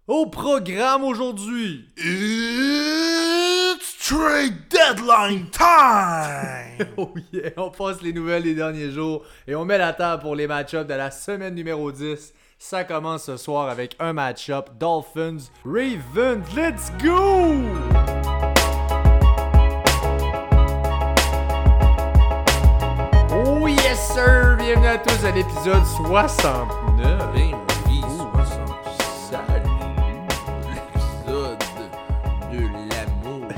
Au programme aujourd'hui! It's trade deadline time! Oh yeah, on passe les nouvelles des derniers jours et on met la table pour les match-ups de la semaine numéro 10. Ça commence ce soir avec un match-up Dolphins Ravens. Let's go! Oh yes sir! Bienvenue à tous à l'épisode 69. Oui, 67. L'épisode de l'amour.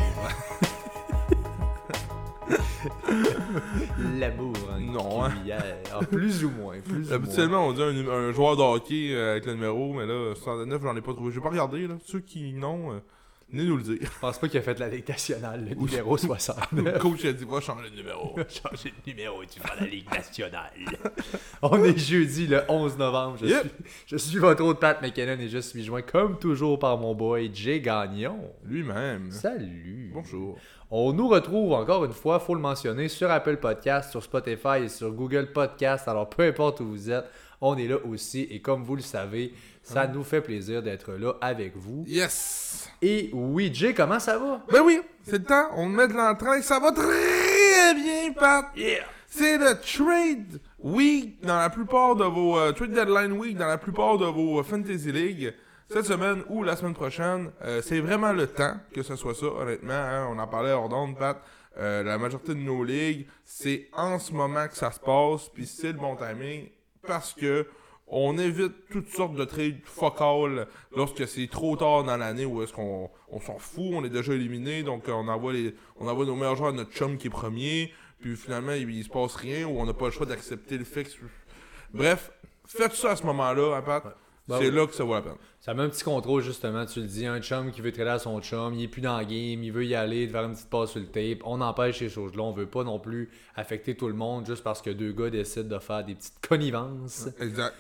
L'amour en Non, hein. cuillère. Ah, plus ou moins, plus ou Habituellement, on dit un joueur de hockey avec le numéro, mais là, 69, j'en ai pas trouvé. J'ai pas regardé, là. Ceux qui n'ont, venez nous le dire. Je pense pas qu'il a fait la Ligue nationale, le numéro 69. Le coach a dit, va changer de numéro. Changer de numéro et tu vas à la Ligue nationale. On est jeudi le 11 novembre. Je suis votre hôte Pat McKinnon et je suis joint comme toujours par mon boy Jay Gagnon. Lui-même. Salut. Bonjour. On nous retrouve encore une fois, faut le mentionner, sur Apple Podcast, sur Spotify et sur Google Podcast. Alors peu importe où vous êtes, on est là aussi. Et comme vous le savez, ça nous fait plaisir d'être là avec vous. Yes! Et oui, Jay, comment ça va? Ben oui, c'est le temps, on met de l'entrain, ça va très bien, Pat! Yeah! C'est le trade week dans la plupart de vos trade deadline week dans la plupart de vos fantasy league. Cette semaine ou la semaine prochaine, c'est vraiment le temps que ce soit ça, honnêtement. Hein, on en parlait hors d'onde, Pat. La majorité de nos ligues, c'est en ce moment que ça se passe, puis c'est le bon timing parce que on évite toutes sortes de trades fuck all lorsque c'est trop tard dans l'année où est-ce qu'on s'en fout, on est déjà éliminé, donc on envoie nos meilleurs joueurs à notre chum qui est premier, puis finalement il se passe rien ou on n'a pas le choix d'accepter le fait que... Bref, faites ça à ce moment-là, hein, Pat. C'est là que ça vaut la peine. Ça met un petit contrôle, justement, tu le dis. Un chum qui veut trader à son chum, il est plus dans le game, il veut y aller, de faire une petite passe sur le tape. On empêche ces choses-là. On veut pas non plus affecter tout le monde juste parce que deux gars décident de faire des petites connivences. Exact.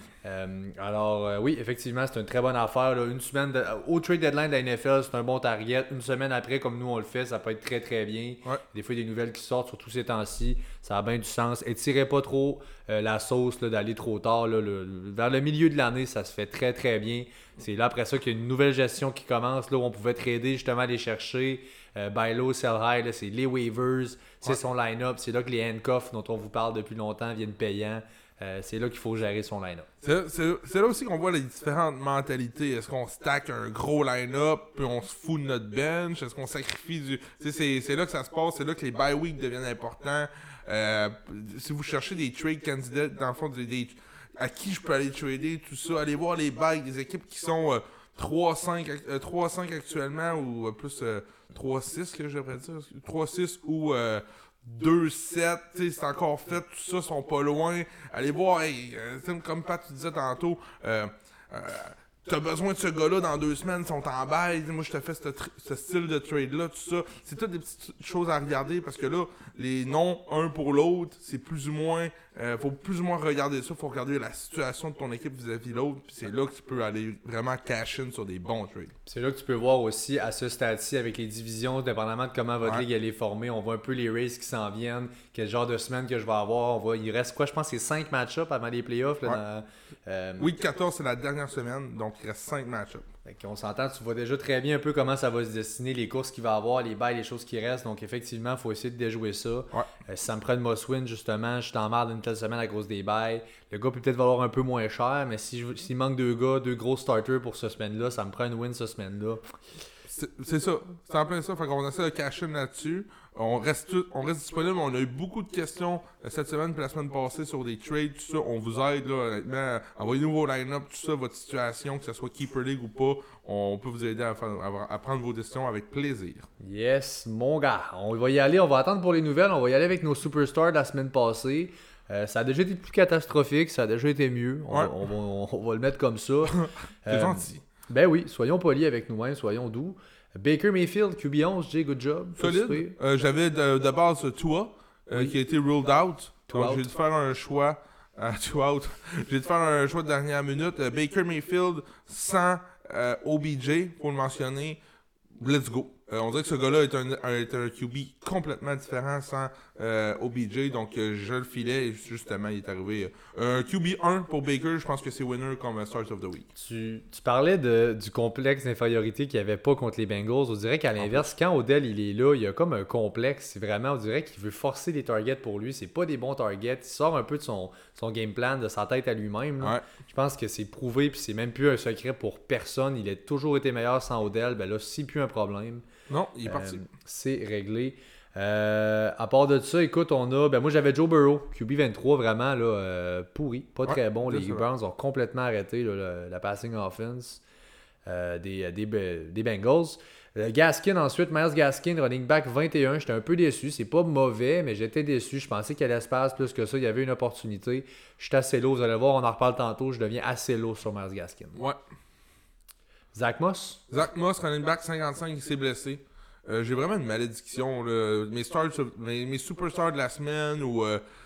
Alors, oui, effectivement, c'est une très bonne affaire. Là. Une semaine au trade deadline de la NFL, c'est un bon target. Une semaine après, comme nous on le fait, ça peut être très très bien. Ouais. Des fois, il y a des nouvelles qui sortent, surtout ces temps-ci. Ça a bien du sens. Étirez pas trop la sauce là, d'aller trop tard. Là, vers le milieu de l'année, ça se fait très très bien. C'est là après ça qu'il y a une nouvelle gestion qui commence, là où on pouvait trader, justement aller chercher. Buy low, sell high, là, c'est les waivers, c'est son line-up. C'est là que les handcuffs dont on vous parle depuis longtemps viennent payants. C'est là qu'il faut gérer son line-up. C'est là aussi qu'on voit les différentes mentalités. Est-ce qu'on stack un gros line-up, puis on se fout de notre bench? Est-ce qu'on sacrifie du... C'est là que ça se passe, c'est là que les bye week deviennent importants. Si vous cherchez des trade candidats, dans le fond, à qui je peux aller trader, tout ça, allez voir les buys des équipes qui sont 3-5 actuellement, ou plus 3-6 que j'aimerais dire. 3-6 ou... 2-7, c'est encore fait, tout ça, sont pas loin. Allez voir, comme Pat tu disais tantôt, t'as besoin de ce gars-là dans 2 semaines, ils sont en bail. Moi, je te fais ce style de trade-là, tout ça. C'est toutes des petites choses à regarder parce que là, les noms un pour l'autre, c'est plus ou moins. Faut plus ou moins regarder ça. Faut regarder la situation de ton équipe vis-à-vis de l'autre. Puis c'est là que tu peux aller vraiment cash in sur des bons trades. C'est là que tu peux voir aussi à ce stade-ci avec les divisions, dépendamment de comment votre ligue elle est formée. On voit un peu les races qui s'en viennent, quel genre de semaine que je vais avoir. Il reste quoi? Je pense que c'est 5 match-ups avant les playoffs. Là, Week 14, c'est la dernière semaine, donc il reste 5 match-ups. On s'entend, tu vois déjà très bien un peu comment ça va se destiner, les courses qu'il va avoir, les bails, les choses qui restent. Donc effectivement, il faut essayer de déjouer ça. Ouais. Si ça me prend une must-win, justement, je t'emmerde une telle semaine à cause des bails. Le gars peut peut-être valoir un peu moins cher, mais s'il manque 2 gars, 2 gros starters pour cette semaine-là, ça me prend une win cette semaine-là. C'est ça. C'est en plein ça. Fait qu'on essaie de cash in là-dessus. On reste disponible. On a eu beaucoup de questions cette semaine et la semaine passée sur des trades, tout ça. On vous aide, là, honnêtement. Envoyez-nous vos line-up, tout ça, votre situation, que ce soit Keeper League ou pas. On peut vous aider à prendre vos décisions avec plaisir. Yes, mon gars. On va y aller. On va attendre pour les nouvelles. On va y aller avec nos superstars de la semaine passée. Ça a déjà été plus catastrophique. Ça a déjà été mieux. On va le mettre comme ça. C'est gentil. Ben oui, soyons polis avec nous-mêmes, soyons doux. Baker Mayfield, QB11, Jay, good job. Solide. J'avais de base Tua, qui a été ruled out. Donc j'ai dû faire un choix. J'ai dû faire un choix de dernière minute. Baker Mayfield sans OBJ, pour le mentionner. Let's go. On dirait que ce gars-là est un QB complètement différent sans OBJ. Donc, je le filais et justement, il est arrivé. QB1 pour Baker, je pense que c'est winner comme Start of the Week. Tu parlais du complexe d'infériorité qu'il n'y avait pas contre les Bengals. On dirait qu'à l'inverse, quand Odell il est là, il y a comme un complexe. C'est vraiment, on dirait qu'il veut forcer les targets pour lui. C'est pas des bons targets. Il sort un peu de son game plan, de sa tête à lui-même. Ouais. Je pense que c'est prouvé, puis c'est même plus un secret pour personne. Il a toujours été meilleur sans Odell. Ben là, c'est plus un problème. Non, il est parti. C'est réglé. À part de ça, écoute, on a. Ben moi, j'avais Joe Burrow, QB23, vraiment là, pourri, pas très bon. Les Browns ont complètement arrêté là, la passing offense des Bengals. Gaskin ensuite, Myles Gaskin, running back 21. J'étais un peu déçu. C'est pas mauvais, mais j'étais déçu. Je pensais qu'il y allait se passer plus que ça. Il y avait une opportunité. Je suis assez low. Vous allez voir, on en reparle tantôt. Je deviens assez low sur Myles Gaskin. Ouais. Zach Moss, running back 55, il s'est blessé. J'ai vraiment une malédiction. Là. Mes superstars de la semaine où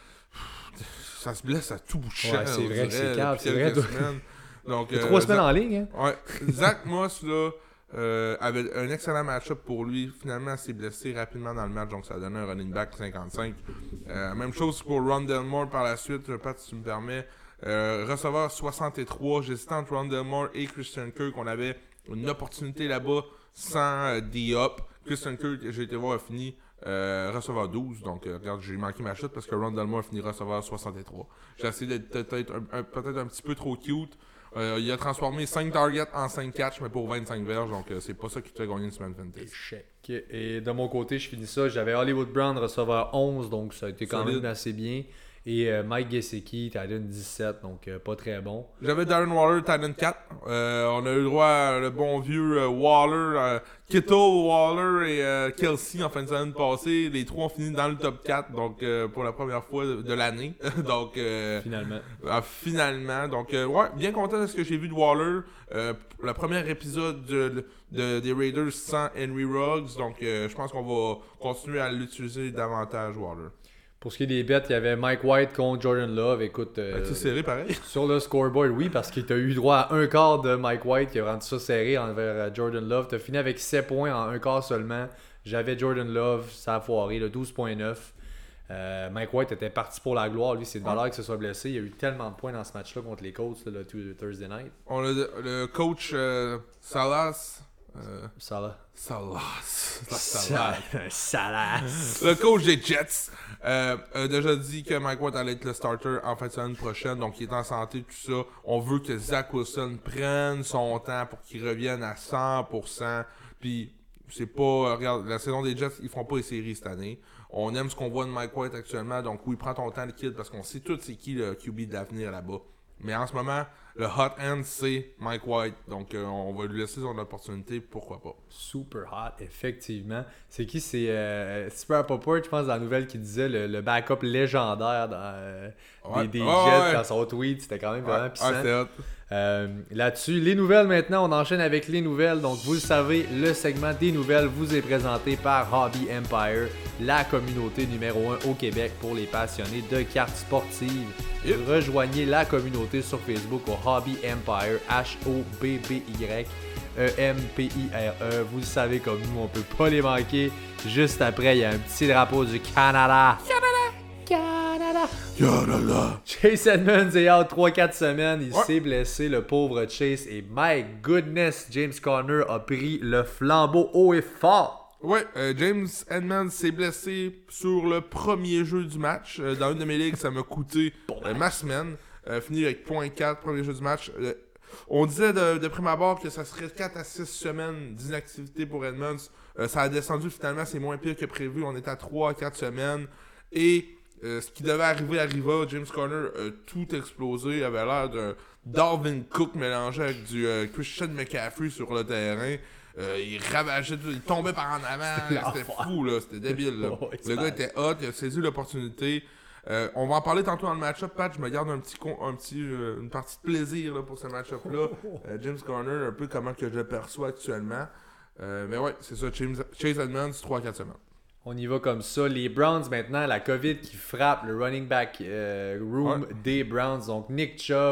ça se blesse à tout bout de champ. Ouais, c'est vrai, c'est calme. C'est vrai. Donc, 3 semaines en ligne. Hein? Ouais. Zach Moss, là, avait un excellent match-up pour lui. Finalement, il s'est blessé rapidement dans le match, donc ça a donné un running back 55. Même chose pour Rondale Moore par la suite, Pat, si tu me permets. Receveur 63, j'hésitais entre Rondale Moore et Christian Kirk. On avait une opportunité là-bas sans D-Up. Christian Kirk, j'ai été voir, a fini receveur 12. Donc, regarde, j'ai manqué ma chute parce que Rondale Moore a fini receveur 63. J'ai essayé d'être peut-être un petit peu trop cute. Il a transformé 5 targets en 5 catchs, mais pour 25 verges. Donc, c'est pas ça qui te fait gagner une semaine fantasy. Échec. Et de mon côté, je finis ça. J'avais Hollywood Brown, receveur 11. Donc, ça a été quand même assez bien. Et Mike Gesicki, Titan 17, donc pas très bon. J'avais Darren Waller, Titan 4. On a eu le droit à le bon vieux Waller, Kittle, Waller et Kelsey en fin de semaine passée. Les trois ont fini dans le top 4, donc pour la première fois de l'année. Donc finalement. Finalement. Donc ouais, bien content de ce que j'ai vu de Waller. Le premier épisode des Raiders sans Henry Ruggs. Donc je pense qu'on va continuer à l'utiliser davantage, Waller. Pour ce qui est des bêtes, il y avait Mike White contre Jordan Love. Écoute, c'est serré pareil. Sur le scoreboard, oui, parce qu'il t'a eu droit à un quart de Mike White qui a rendu ça serré envers Jordan Love. T'as fini avec 7 points en un quart seulement. J'avais Jordan Love, ça a foiré, le 12.9. Mike White était parti pour la gloire. Lui, c'est de valeur qu'il se soit blessé. Il y a eu tellement de points dans ce match-là contre les Colts, le Thursday night. On a le coach Salas. Salah. Le coach des Jets a déjà dit que Mike White allait être le starter en fin de semaine prochaine, donc il est en santé, tout ça. On veut que Zach Wilson prenne son temps pour qu'il revienne à 100%. Puis c'est pas... regarde, la saison des Jets, ils feront pas les séries cette année. On aime ce qu'on voit de Mike White actuellement, donc oui, prends ton temps, le kid, parce qu'on sait tout c'est qui le QB de l'avenir là-bas. Mais en ce moment, le hot end, c'est Mike White. Donc, on va lui laisser son opportunité, pourquoi pas. Super hot, effectivement. C'est qui? C'est Super Popper, je pense, dans la nouvelle qui disait le backup légendaire des Jets dans son tweet. C'était quand même vraiment puissant. C'était hot. Là-dessus, les nouvelles maintenant, on enchaîne avec les nouvelles. Donc, vous le savez, le segment des nouvelles vous est présenté par Hobby Empire, la communauté numéro 1 au Québec pour les passionnés de cartes sportives. Rejoignez la communauté sur Facebook au Hobby Empire, HOBBY EMPIRE. Vous le savez, comme nous, on peut pas les manquer. Juste après, il y a un petit drapeau du Canada. Canada. Chase Edmonds est out 3-4 semaines. Il s'est blessé, le pauvre Chase. Et my goodness, James Conner a pris le flambeau haut et fort. Ouais, James Edmonds s'est blessé sur le premier jeu du match. Dans une de mes ligues, ça m'a coûté ma semaine. Fini avec 0.4, premier jeu du match. On disait de prime abord que ça serait 4 à 6 semaines d'inactivité pour Edmonds. Ça a descendu finalement, c'est moins pire que prévu. On est à 3 à 4 semaines. Et ce qui devait arriver arriva. James Conner a tout explosé. Il avait l'air d'un Dalvin Cook mélangé avec du Christian McCaffrey sur le terrain. Il ravageait tout, il tombait par en avant. C'était fou, là. C'était débile. Là. Le gars était hot, il a saisi l'opportunité. On va en parler tantôt dans le match-up, Pat. Je me garde une partie de plaisir là, pour ce match-up-là. James Conner, un peu comment que je le perçois actuellement. Mais ouais, c'est ça. Chase Edmonds, 3-4 semaines. On y va comme ça. Les Browns maintenant, la COVID qui frappe le running back room des Browns. Donc Nick Chubb,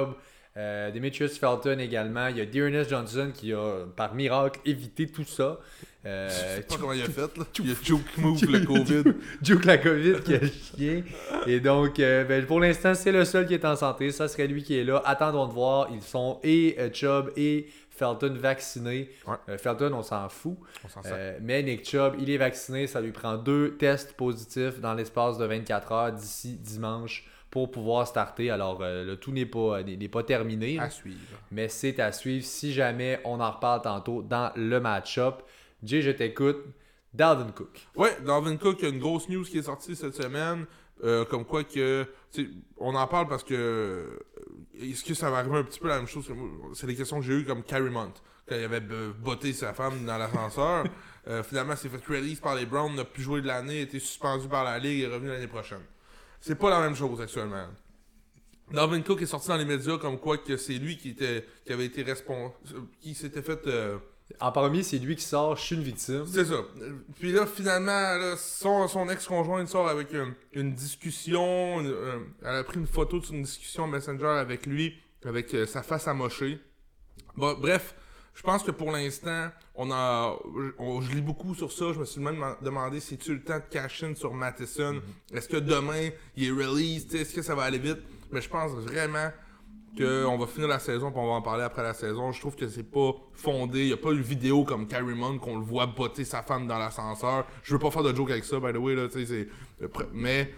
Demetrius Felton également. Il y a Dearness Johnson qui a, par miracle, évité tout ça. Je sais pas comment il a fait, là. Il a juke move le COVID. Juke la COVID qui a chié. Et donc, pour l'instant, c'est le seul qui est en santé. Ça serait lui qui est là. Attendons de voir. Ils sont Chubb et Felton vaccinés. Ouais. Felton, on s'en fout. On s'en sort. Mais Nick Chubb, il est vacciné. Ça lui prend 2 tests positifs dans l'espace de 24 heures d'ici dimanche pour pouvoir starter. Alors, le tout n'est pas terminé. À suivre. Mais c'est à suivre si jamais on en reparle tantôt dans le match-up. Jay, je t'écoute. Dalvin Cook. Ouais, Dalvin Cook, il y a une grosse news qui est sortie cette semaine. Comme quoi que. On en parle parce que. Est-ce que ça va arriver un petit peu la même chose que moi? C'est des questions que j'ai eues comme Carrie Mont. Quand il avait botté sa femme dans l'ascenseur. Finalement, s'est fait release par les Browns, n'a plus joué de l'année, a été suspendu par la Ligue et est revenu l'année prochaine. C'est pas la même chose actuellement. Dalvin Cook est sorti dans les médias comme quoi que c'est lui qui avait été responsable. Qui s'était fait. En premier, c'est lui qui sort, je suis une victime. C'est ça. Puis là, finalement, là, son ex-conjoint sort avec une discussion. Elle a pris une photo de une discussion Messenger avec lui, avec sa face amochée. Bon, bref, je pense que pour l'instant, je lis beaucoup sur ça. Je me suis même demandé si tu le temps de cash-in sur Matheson. Est-ce que demain, il est released? Est-ce que ça va aller vite? Mais je pense vraiment qu'on va finir la saison, puis on va en parler après la saison. Je trouve que c'est pas fondé. Il n'y a pas une vidéo comme Carrie Mont qu'on le voit botter sa femme dans l'ascenseur. Je veux pas faire de joke avec ça, by the way. Là, mais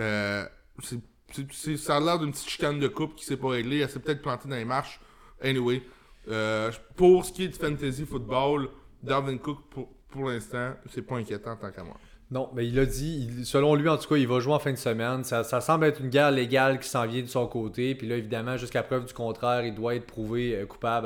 ça a l'air d'une petite chicane de couple qui s'est pas réglée. Elle s'est peut-être plantée dans les marches. Anyway, pour ce qui est de fantasy football, Dalvin Cook, pour l'instant, c'est pas inquiétant tant qu'à moi. Non, mais il a dit, selon lui en tout cas, il va jouer en fin de semaine. Ça semble être une guerre légale qui s'en vient de son côté. Puis là, évidemment, jusqu'à preuve du contraire, il doit être prouvé coupable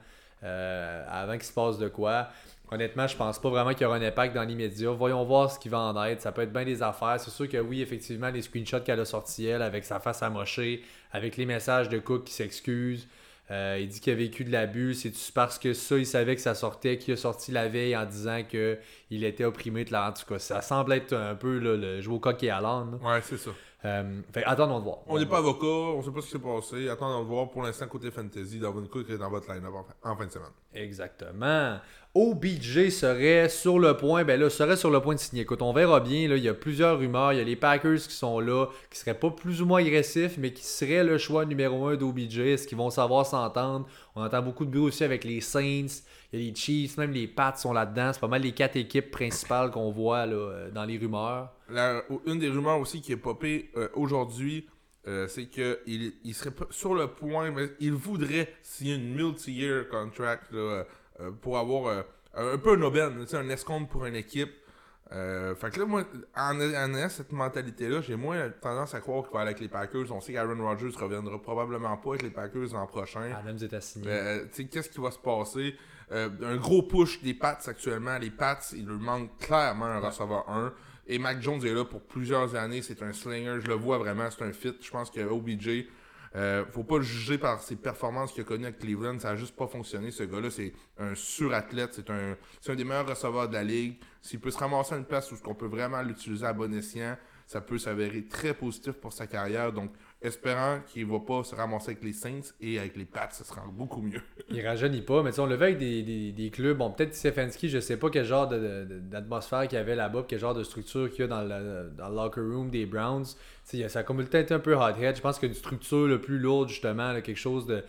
avant qu'il se passe de quoi. Honnêtement, je pense pas vraiment qu'il y aura un impact dans l'immédiat. Voyons voir ce qui va en être. Ça peut être bien des affaires. C'est sûr que oui, effectivement, les screenshots qu'elle a sortis, elle, avec sa face amochée, avec les messages de Cook qui s'excuse. Il dit qu'il a vécu de l'abus. C'est-tu parce que ça, il savait que ça sortait, qu'il a sorti la veille en disant qu'il était opprimé. En tout cas, ça semble être un peu là, le jouer au coq et à l'âne. Ouais, c'est ça. Attendons de voir. On n'est pas avocat, on sait pas ce qui s'est passé. Attendons de voir. Pour l'instant, côté fantasy, Dalvin Cook est dans votre line-up en fin de semaine. Exactement. OBJ serait sur le point de signer. Écoute, on verra bien. Là, il y a plusieurs rumeurs. Il y a les Packers qui sont là, qui seraient pas plus ou moins agressifs, mais qui seraient le choix numéro 1 d'OBJ. Est-ce qu'ils vont savoir s'entendre? On entend beaucoup de bruit aussi avec les Saints. Il y a les Chiefs, même les Pats sont là-dedans. C'est pas mal les 4 équipes principales qu'on voit là, dans les rumeurs. Une des rumeurs aussi qui est popée aujourd'hui, c'est qu'il serait sur le point, mais il voudrait signer une multi-year contract là, pour avoir un peu un aubaine, un escompte pour une équipe. Fait que là, moi, en ayant cette mentalité-là, j'ai moins tendance à croire qu'il va aller avec les Packers. On sait qu'Aaron Rodgers ne reviendra probablement pas avec les Packers l'an prochain. Adams est assigné. Qu'est-ce qui va se passer? Un gros push des Pats actuellement. Les Pats, il leur manque clairement un receveur 1. Et Mac Jones est là pour plusieurs années. C'est un slinger. Je le vois vraiment. C'est un fit. Je pense que OBJ, faut pas le juger par ses performances qu'il a connues avec Cleveland. Ça a juste pas fonctionné. Ce gars-là, c'est un surathlète. C'est un des meilleurs receveurs de la ligue. S'il peut se ramasser à une place où on peut vraiment l'utiliser à bon escient, ça peut s'avérer très positif pour sa carrière. Donc, espérant qu'il ne va pas se ramasser avec les Saints et avec les Pats, ça sera beaucoup mieux. Il rajeunit pas, mais on le fait avec des clubs. Bon, peut-être Stefanski, je sais pas quel genre d'atmosphère qu'il y avait là-bas, quel genre de structure qu'il y a dans le locker room des Browns. Ça a comme peut-être un peu hot-head. Je pense qu'une structure le plus lourde, justement, là, quelque chose de.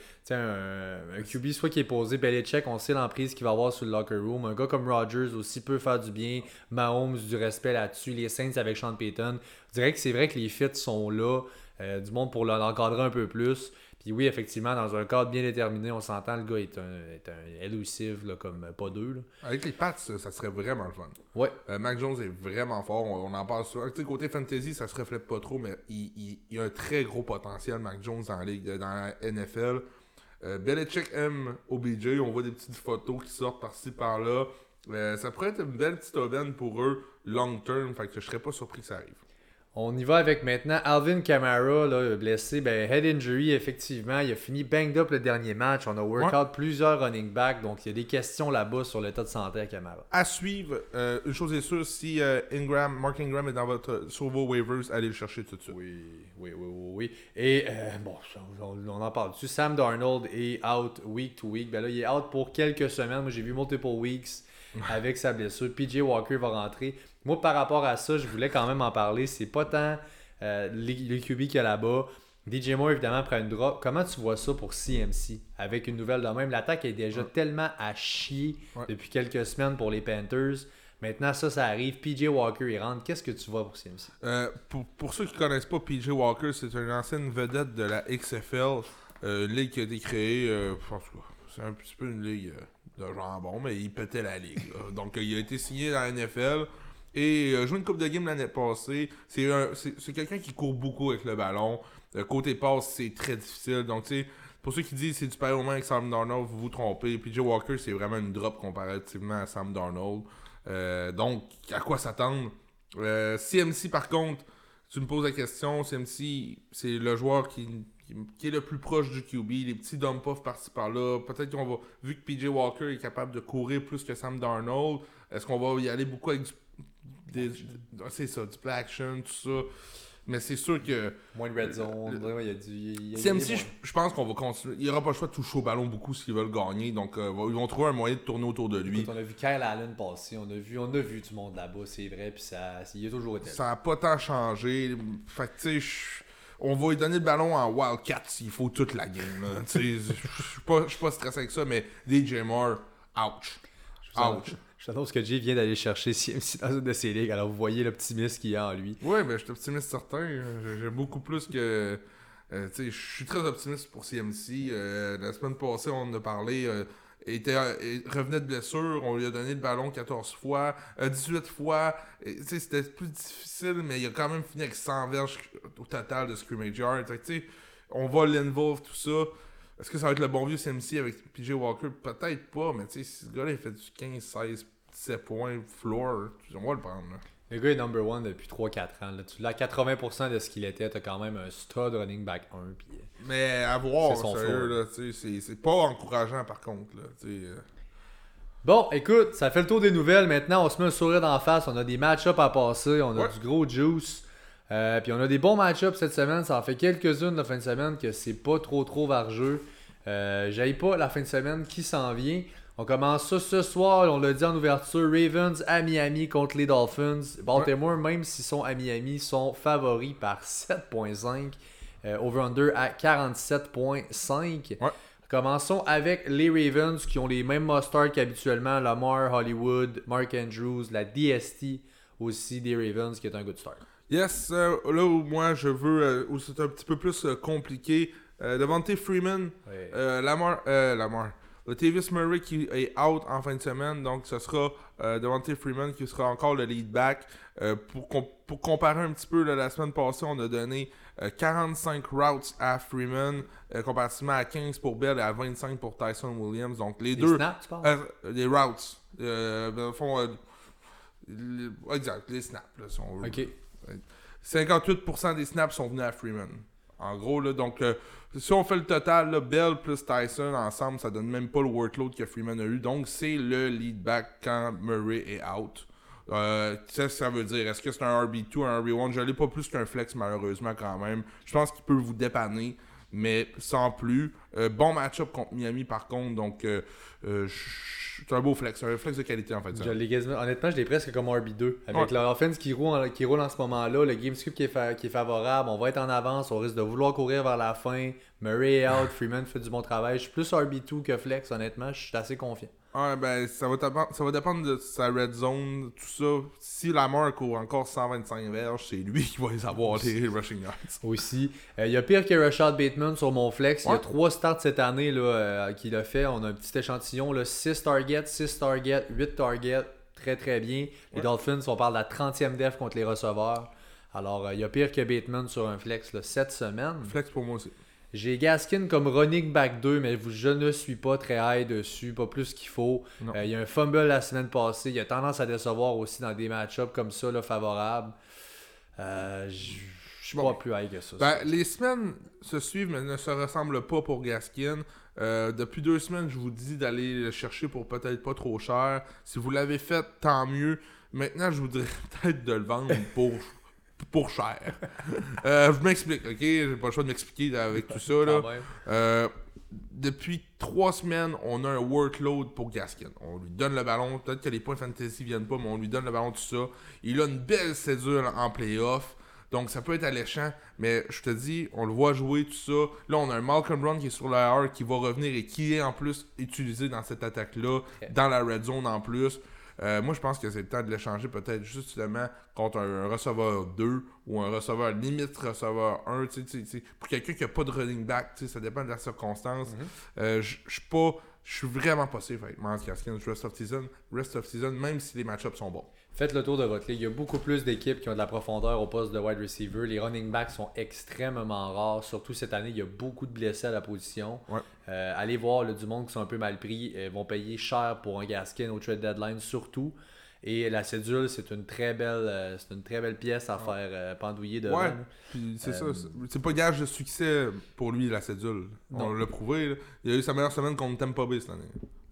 Un QB soit qui est posé, Belichick, on sait l'emprise qu'il va avoir sur le locker room. Un gars comme Rodgers aussi peut faire du bien. Mahomes, du respect là-dessus. Les Saints avec Sean Payton. Je dirais que c'est vrai que les fits sont là. Du monde pour l'encadrer un peu plus. Puis oui, effectivement, dans un cadre bien déterminé, on s'entend, le gars est un elusive là, comme pas deux. Là. Avec les Pats, ça serait vraiment le fun. Ouais. Mac Jones est vraiment fort, on en parle souvent. Côté fantasy, ça se reflète pas trop, mais il a un très gros potentiel, Mac Jones, dans la NFL. Belichick aime OBJ, on voit des petites photos qui sortent par-ci par-là. Ça pourrait être une belle petite aubaine pour eux, long term, fait que je serais pas surpris que ça arrive. On y va avec maintenant Alvin Kamara, là, blessé. Ben, head injury, effectivement. Il a fini banged up le dernier match. On a workout plusieurs running backs. Donc, il y a des questions là-bas sur l'état de santé à Kamara. À suivre, une chose est sûre, si Mark Ingram est sur vos waivers, allez le chercher tout de suite. Oui. Et, bon, on en parle dessus. Sam Darnold est out week to week. Ben là, il est out pour quelques semaines. Moi, j'ai vu multiple weeks avec sa blessure. PJ Walker va rentrer. Moi, par rapport à ça, je voulais quand même en parler. C'est pas tant les QB qu'il y a là-bas. DJ Moore, évidemment, prend une drop. Comment tu vois ça pour CMC? Avec une nouvelle de même, l'attaque est déjà tellement à chier depuis quelques semaines pour les Panthers. Maintenant, ça arrive. PJ Walker, il rentre. Qu'est-ce que tu vois pour CMC? Pour ceux qui ne connaissent pas PJ Walker, c'est une ancienne vedette de la XFL. Une ligue qui a été créée, c'est un petit peu une ligue de jambon, mais il pétait la ligue. Donc, il a été signé dans la NFL. Et joué une coupe de game l'année passée. C'est quelqu'un qui court beaucoup avec le ballon. Côté passe, c'est très difficile. Donc, tu sais, pour ceux qui disent que c'est du pareil au moins avec Sam Darnold, vous vous trompez. PJ Walker, c'est vraiment une drop comparativement à Sam Darnold. Donc, à quoi s'attendre? CMC, par contre, tu me poses la question. CMC, c'est le joueur qui est le plus proche du QB. Les petits dump-off par-ci par-là. Peut-être qu'on va, vu que PJ Walker est capable de courir plus que Sam Darnold, est-ce qu'on va y aller beaucoup avec c'est ça, du play action, tout ça. Mais c'est sûr que. Moins de red zone. Il y a du. CMC, je pense qu'on va continuer. Il n'y aura pas le choix de toucher au ballon beaucoup s'ils veulent gagner. Donc, ils vont trouver un moyen de tourner autour de lui. Écoute, on a vu Kyle Allen passer. On a vu du monde là-bas, c'est vrai. Puis il a toujours été. Ça n'a pas tant changé. Fait que, tu sais, on va lui donner le ballon en Wildcat s'il faut toute la game. Je suis pas stressé avec ça, mais DJ Moore, ouch. Ouch. Je t'annonce que Jay vient d'aller chercher CMC dans une de ses ligues, alors vous voyez l'optimisme qu'il y a en lui. Oui, mais je suis optimiste certain. J'ai beaucoup plus que... je suis très optimiste pour CMC. La semaine passée, on en a parlé. Revenait de blessure. On lui a donné le ballon 14 fois. 18 fois. C'était plus difficile, mais il a quand même fini avec 100 verges au total de scrimmage yard. On va l'involve, tout ça. Est-ce que ça va être le bon vieux CMC avec PJ Walker? Peut-être pas, mais tu sais, si ce gars-là il fait du 15, 16, 17 points floor, on va le prendre. Là. Le gars est number one depuis 3-4 ans. Là. Tu l'as 80% de ce qu'il était. T'as quand même un stud running back 1. Puis, mais à voir, sérieux, là, c'est pas encourageant par contre. Là, Bon, écoute, ça fait le tour des nouvelles. Maintenant, on se met un sourire d'en face. On a des match-ups à passer. On a du gros juice. Puis on a des bons match-ups cette semaine. Ça en fait quelques-unes la fin de semaine que c'est pas trop vargeux. J'aille pas la fin de semaine qui s'en vient. On commence ça ce soir. On l'a dit en ouverture. Ravens à Miami contre les Dolphins. Baltimore, même s'ils sont à Miami, sont favoris par 7.5. Over-under à 47.5. Commençons avec les Ravens qui ont les mêmes must-start qu'habituellement. Lamar, Hollywood, Mark Andrews, la DST aussi des Ravens qui est un good start. Yes, là où moi je veux, où c'est un petit peu plus compliqué, Devontae Freeman, Lamar, Latavius Murray qui est out en fin de semaine, donc ce sera Devontae Freeman qui sera encore le lead back. Pour comparer un petit peu, là, la semaine passée, on a donné 45 routes à Freeman, comparativement à 15 pour Bell et à 25 pour Tyson Williams. Donc les deux. Snaps, tu parles? Les routes. Exact, les snaps, là, si on veut. Ok. 58% des snaps sont venus à Freeman. En gros, là, donc, si on fait le total, là, Bell plus Tyson ensemble, ça donne même pas le workload que Freeman a eu. Donc, c'est le lead back quand Murray est out. Ça veut dire, est-ce que c'est un RB2, un RB1? Je l'ai pas plus qu'un flex, malheureusement, quand même. Je pense qu'il peut vous dépanner, mais sans plus. Bon match-up contre Miami, par contre. Donc, c'est un beau flex. Un flex de qualité, en fait. Honnêtement, je l'ai presque comme RB2. Avec l'offense qui roule en ce moment-là, le game script qui est favorable, on va être en avance, on risque de vouloir courir vers la fin. Murray est out, Freeman fait du bon travail. Je suis plus RB2 que flex, honnêtement. Je suis assez confiant. Ouais, ben, ça va dépendre de sa red zone, tout ça. Si Lamar court encore 125 verges, c'est lui qui va les avoir, les rushing yards. Aussi. Il y a pire que Rashad Bateman sur mon flex. Il y a 3 starts cette année là, qu'il a fait. On a un petit échantillon. Là, 6 targets, 8 targets. Très, très bien. Les Dolphins, on parle de la 30e def contre les receveurs. Alors, il y a pire que Bateman sur un flex là, cette semaine. Flex pour moi aussi. J'ai Gaskin comme running back 2, mais je ne suis pas très high dessus, pas plus qu'il faut. Il y a un fumble la semaine passée. Il a tendance à décevoir aussi dans des match-ups comme ça, là, favorables. Je suis pas plus high que ça. Les semaines se suivent mais ne se ressemblent pas pour Gaskin. Depuis 2 semaines, je vous dis d'aller le chercher pour peut-être pas trop cher. Si vous l'avez fait, tant mieux. Maintenant, je voudrais peut-être de le vendre pour cher. Je m'explique, ok? J'ai pas le choix de m'expliquer avec tout ça. Là. Depuis 3 semaines, on a un workload pour Gaskin. On lui donne le ballon. Peut-être que les points fantasy viennent pas, mais on lui donne le ballon, tout ça. Il a une belle cédule en playoff. Donc, ça peut être alléchant, mais je te dis, on le voit jouer, tout ça. Là, on a un Malcolm Brown qui est sur la R, qui va revenir et qui est en plus utilisé dans cette attaque-là, dans la red zone en plus. Moi, je pense que c'est le temps de l'échanger peut-être justement contre un receveur 2 ou un receveur limite receveur 1. Pour quelqu'un qui n'a pas de running back, ça dépend de la circonstance. Je suis vraiment pas safe avec Myles Gaskin rest of season, même si les match-ups sont bons. Faites le tour de votre ligue. Il y a beaucoup plus d'équipes qui ont de la profondeur au poste de wide receiver. Les running backs sont extrêmement rares. Surtout cette année, il y a beaucoup de blessés à la position. Ouais. Allez voir du monde qui sont un peu mal pris. Vont payer cher pour un Gaskin au trade deadline surtout. Et la cédule, c'est une très belle pièce à faire pendouiller devant. Ouais, puis c'est ça. C'est pas gage de succès pour lui, la cédule. On l'a prouvé. Là. Il a eu sa meilleure semaine contre Tampa Bay cette année.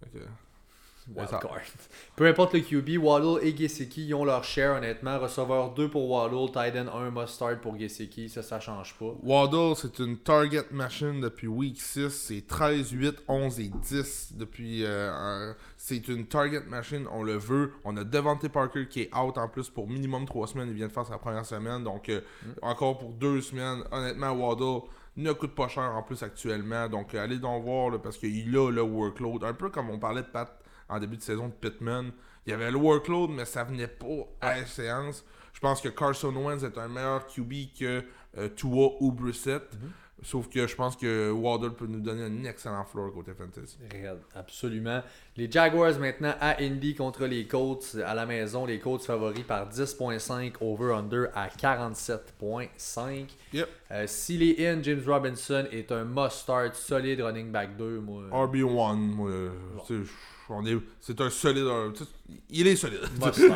Wildcard. Peu importe le QB, Waddle et Gesicki, ils ont leur share, honnêtement. Receveur 2 pour Waddle, tight end 1 must start pour Gesicki. Ça change pas. Waddle, c'est une target machine depuis week 6. C'est 13, 8, 11 et 10 depuis... c'est une target machine, on le veut. On a Devontae Parker qui est out en plus pour minimum 3 semaines. Il vient de faire sa première semaine. Donc, encore pour 2 semaines. Honnêtement, Waddle ne coûte pas cher en plus actuellement. Donc, allez donc voir là, parce qu'il a le workload. Un peu comme on parlait de Pat en début de saison de Pittman. Il y avait le workload, mais ça venait pas à la séance. Je pense que Carson Wentz est un meilleur QB que Tua ou Brissett. Sauf que je pense que Waddle peut nous donner un excellent floor côté fantasy. Réel, absolument. Les Jaguars maintenant à Indy contre les Colts à la maison. Les Colts favoris par 10.5, over-under à 47.5. Yep. S'il est in, James Robinson est un must-start, solide running back 2. Moi. RB1, moi, c'est un solide. Il est solide.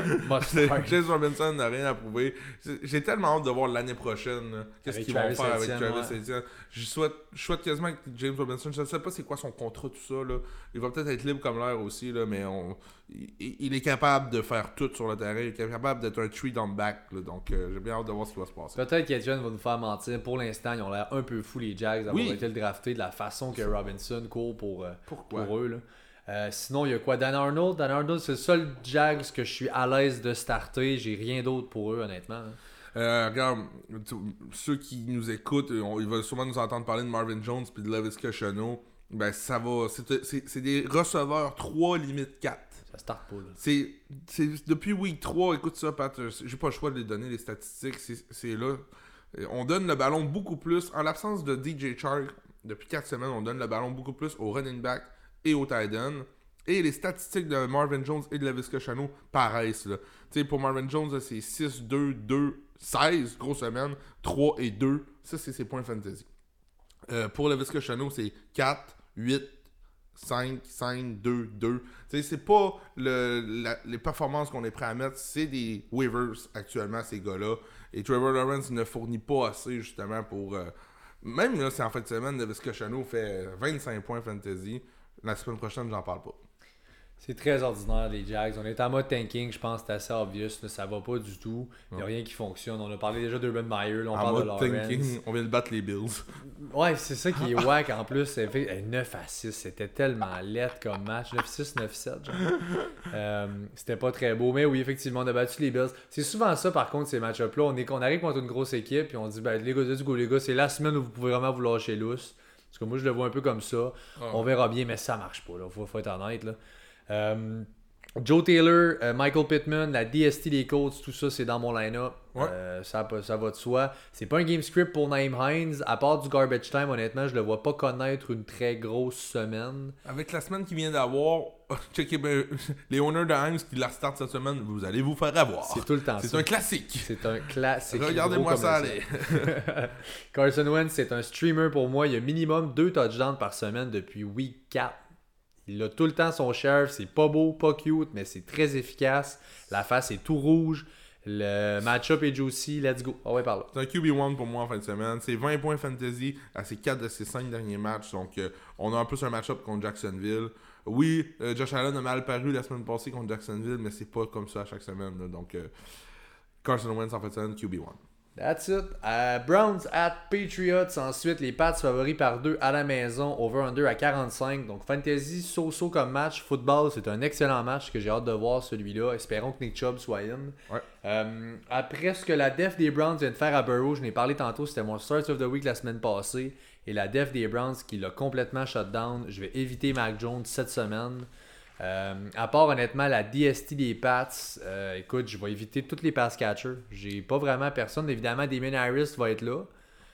James Robinson n'a rien à prouver. J'ai tellement hâte de voir l'année prochaine là, qu'est-ce qu'ils vont faire avec Travis Etienne. Je souhaite quasiment que James Robinson, je ne sais pas c'est quoi son contrat, tout ça. Là. Il va peut-être être libre comme l'air aussi, là, mais il est capable de faire tout sur le terrain. Il est capable d'être un three down back. Là, donc j'ai bien hâte de voir ce qui va se passer. Peut-être qu'Etienne va nous faire mentir. Pour l'instant, ils ont l'air un peu fous, les Jags, d'avoir été le drafté de la façon que Robinson court pour eux. Là. Sinon, il y a quoi? Dan Arnold. Dan Arnold, c'est le seul Jags que je suis à l'aise de starter. J'ai rien d'autre pour eux, honnêtement. Regarde, ceux qui nous écoutent, ils vont sûrement nous entendre parler de Marvin Jones et de Laviska Shenault. Ben, ça va. C'est des receveurs 3, limite 4. Ça start pas, là. C'est depuis week 3, écoute ça, Pat. J'ai pas le choix de les donner, les statistiques. C'est là. On donne le ballon beaucoup plus. En l'absence de DJ Chark, depuis 4 semaines, on donne le ballon beaucoup plus au running back et au tight end. Et les statistiques de Marvin Jones et de Laviska Shenault paraissent. Là. Pour Marvin Jones, là, c'est 6, 2, 2, 16, grosse semaine, 3 et 2. Ça, c'est ses points fantasy. Pour Laviska Shenault, c'est 4, 8, 5, 5, 2, 2. C'est pas les performances qu'on est prêt à mettre, c'est des waivers actuellement, ces gars-là. Et Trevor Lawrence ne fournit pas assez, justement, pour... même là, c'est en fin de semaine, Laviska Shenault fait 25 points fantasy. La semaine prochaine, j'en parle pas. C'est très ordinaire, les Jags. On est en mode tanking, je pense que c'est assez obvious. Là, ça va pas du tout. Il n'y a rien qui fonctionne. On a parlé déjà d'Urban Meyer. Là, on parle de Lawrence. Tanking, on vient de battre les Bills. Ouais, c'est ça qui est wack en plus. 9 à 6, c'était tellement laid comme match. 9-6, 9-7. C'était pas très beau. Mais oui, effectivement, on a battu les Bills. C'est souvent ça, par contre, ces match-up-là. On arrive contre une grosse équipe et on dit, ben, les gars, c'est la semaine où vous pouvez vraiment vous lâcher lousse. Parce que moi, je le vois un peu comme ça. On verra bien, mais ça marche pas. Faut être honnête. Là. Joe Taylor, Michael Pittman, la DST des Colts, tout ça, c'est dans mon line-up. Ouais. Ça va de soi. C'est pas un game script pour Naeem Hines. À part du garbage time, honnêtement, je le vois pas connaître une très grosse semaine. Avec la semaine qui vient d'avoir, checkez les owners de Hines qui la start cette semaine, vous allez vous faire avoir. C'est tout le temps ça. C'est un classique. C'est un classique. Regardez-moi ça aller. Carson Wentz, c'est un streamer pour moi. Il y a minimum 2 touchdowns par semaine depuis week 4. Il a tout le temps son share, c'est pas beau, pas cute, mais c'est très efficace. La face est tout rouge. Le match-up est juicy, let's go. Ah ouais, par là. C'est un QB1 pour moi en fin de semaine. C'est 20 points fantasy à ses 4 de ses 5 derniers matchs. Donc, on a en plus un match-up contre Jacksonville. Oui, Josh Allen a mal paru la semaine passée contre Jacksonville, mais c'est pas comme ça à chaque semaine. Là. Donc, Carson Wentz en fin de semaine, QB1. That's it. Browns at Patriots. Ensuite, les Pats favoris par 2 à la maison. Over-under à 45. Donc, fantasy, so-so comme match. Football, c'est un excellent match que j'ai hâte de voir celui-là. Espérons que Nick Chubb soit in. Ouais. Après ce que la def des Browns vient de faire à Burrow, je n'ai parlé tantôt, c'était mon Start of the Week la semaine passée. Et la def des Browns qui l'a complètement shut down. Je vais éviter Mac Jones cette semaine. À part honnêtement la DST des Pats, écoute, je vais éviter tous les pass catchers. J'ai pas vraiment personne. Évidemment, Damien Harris va être là.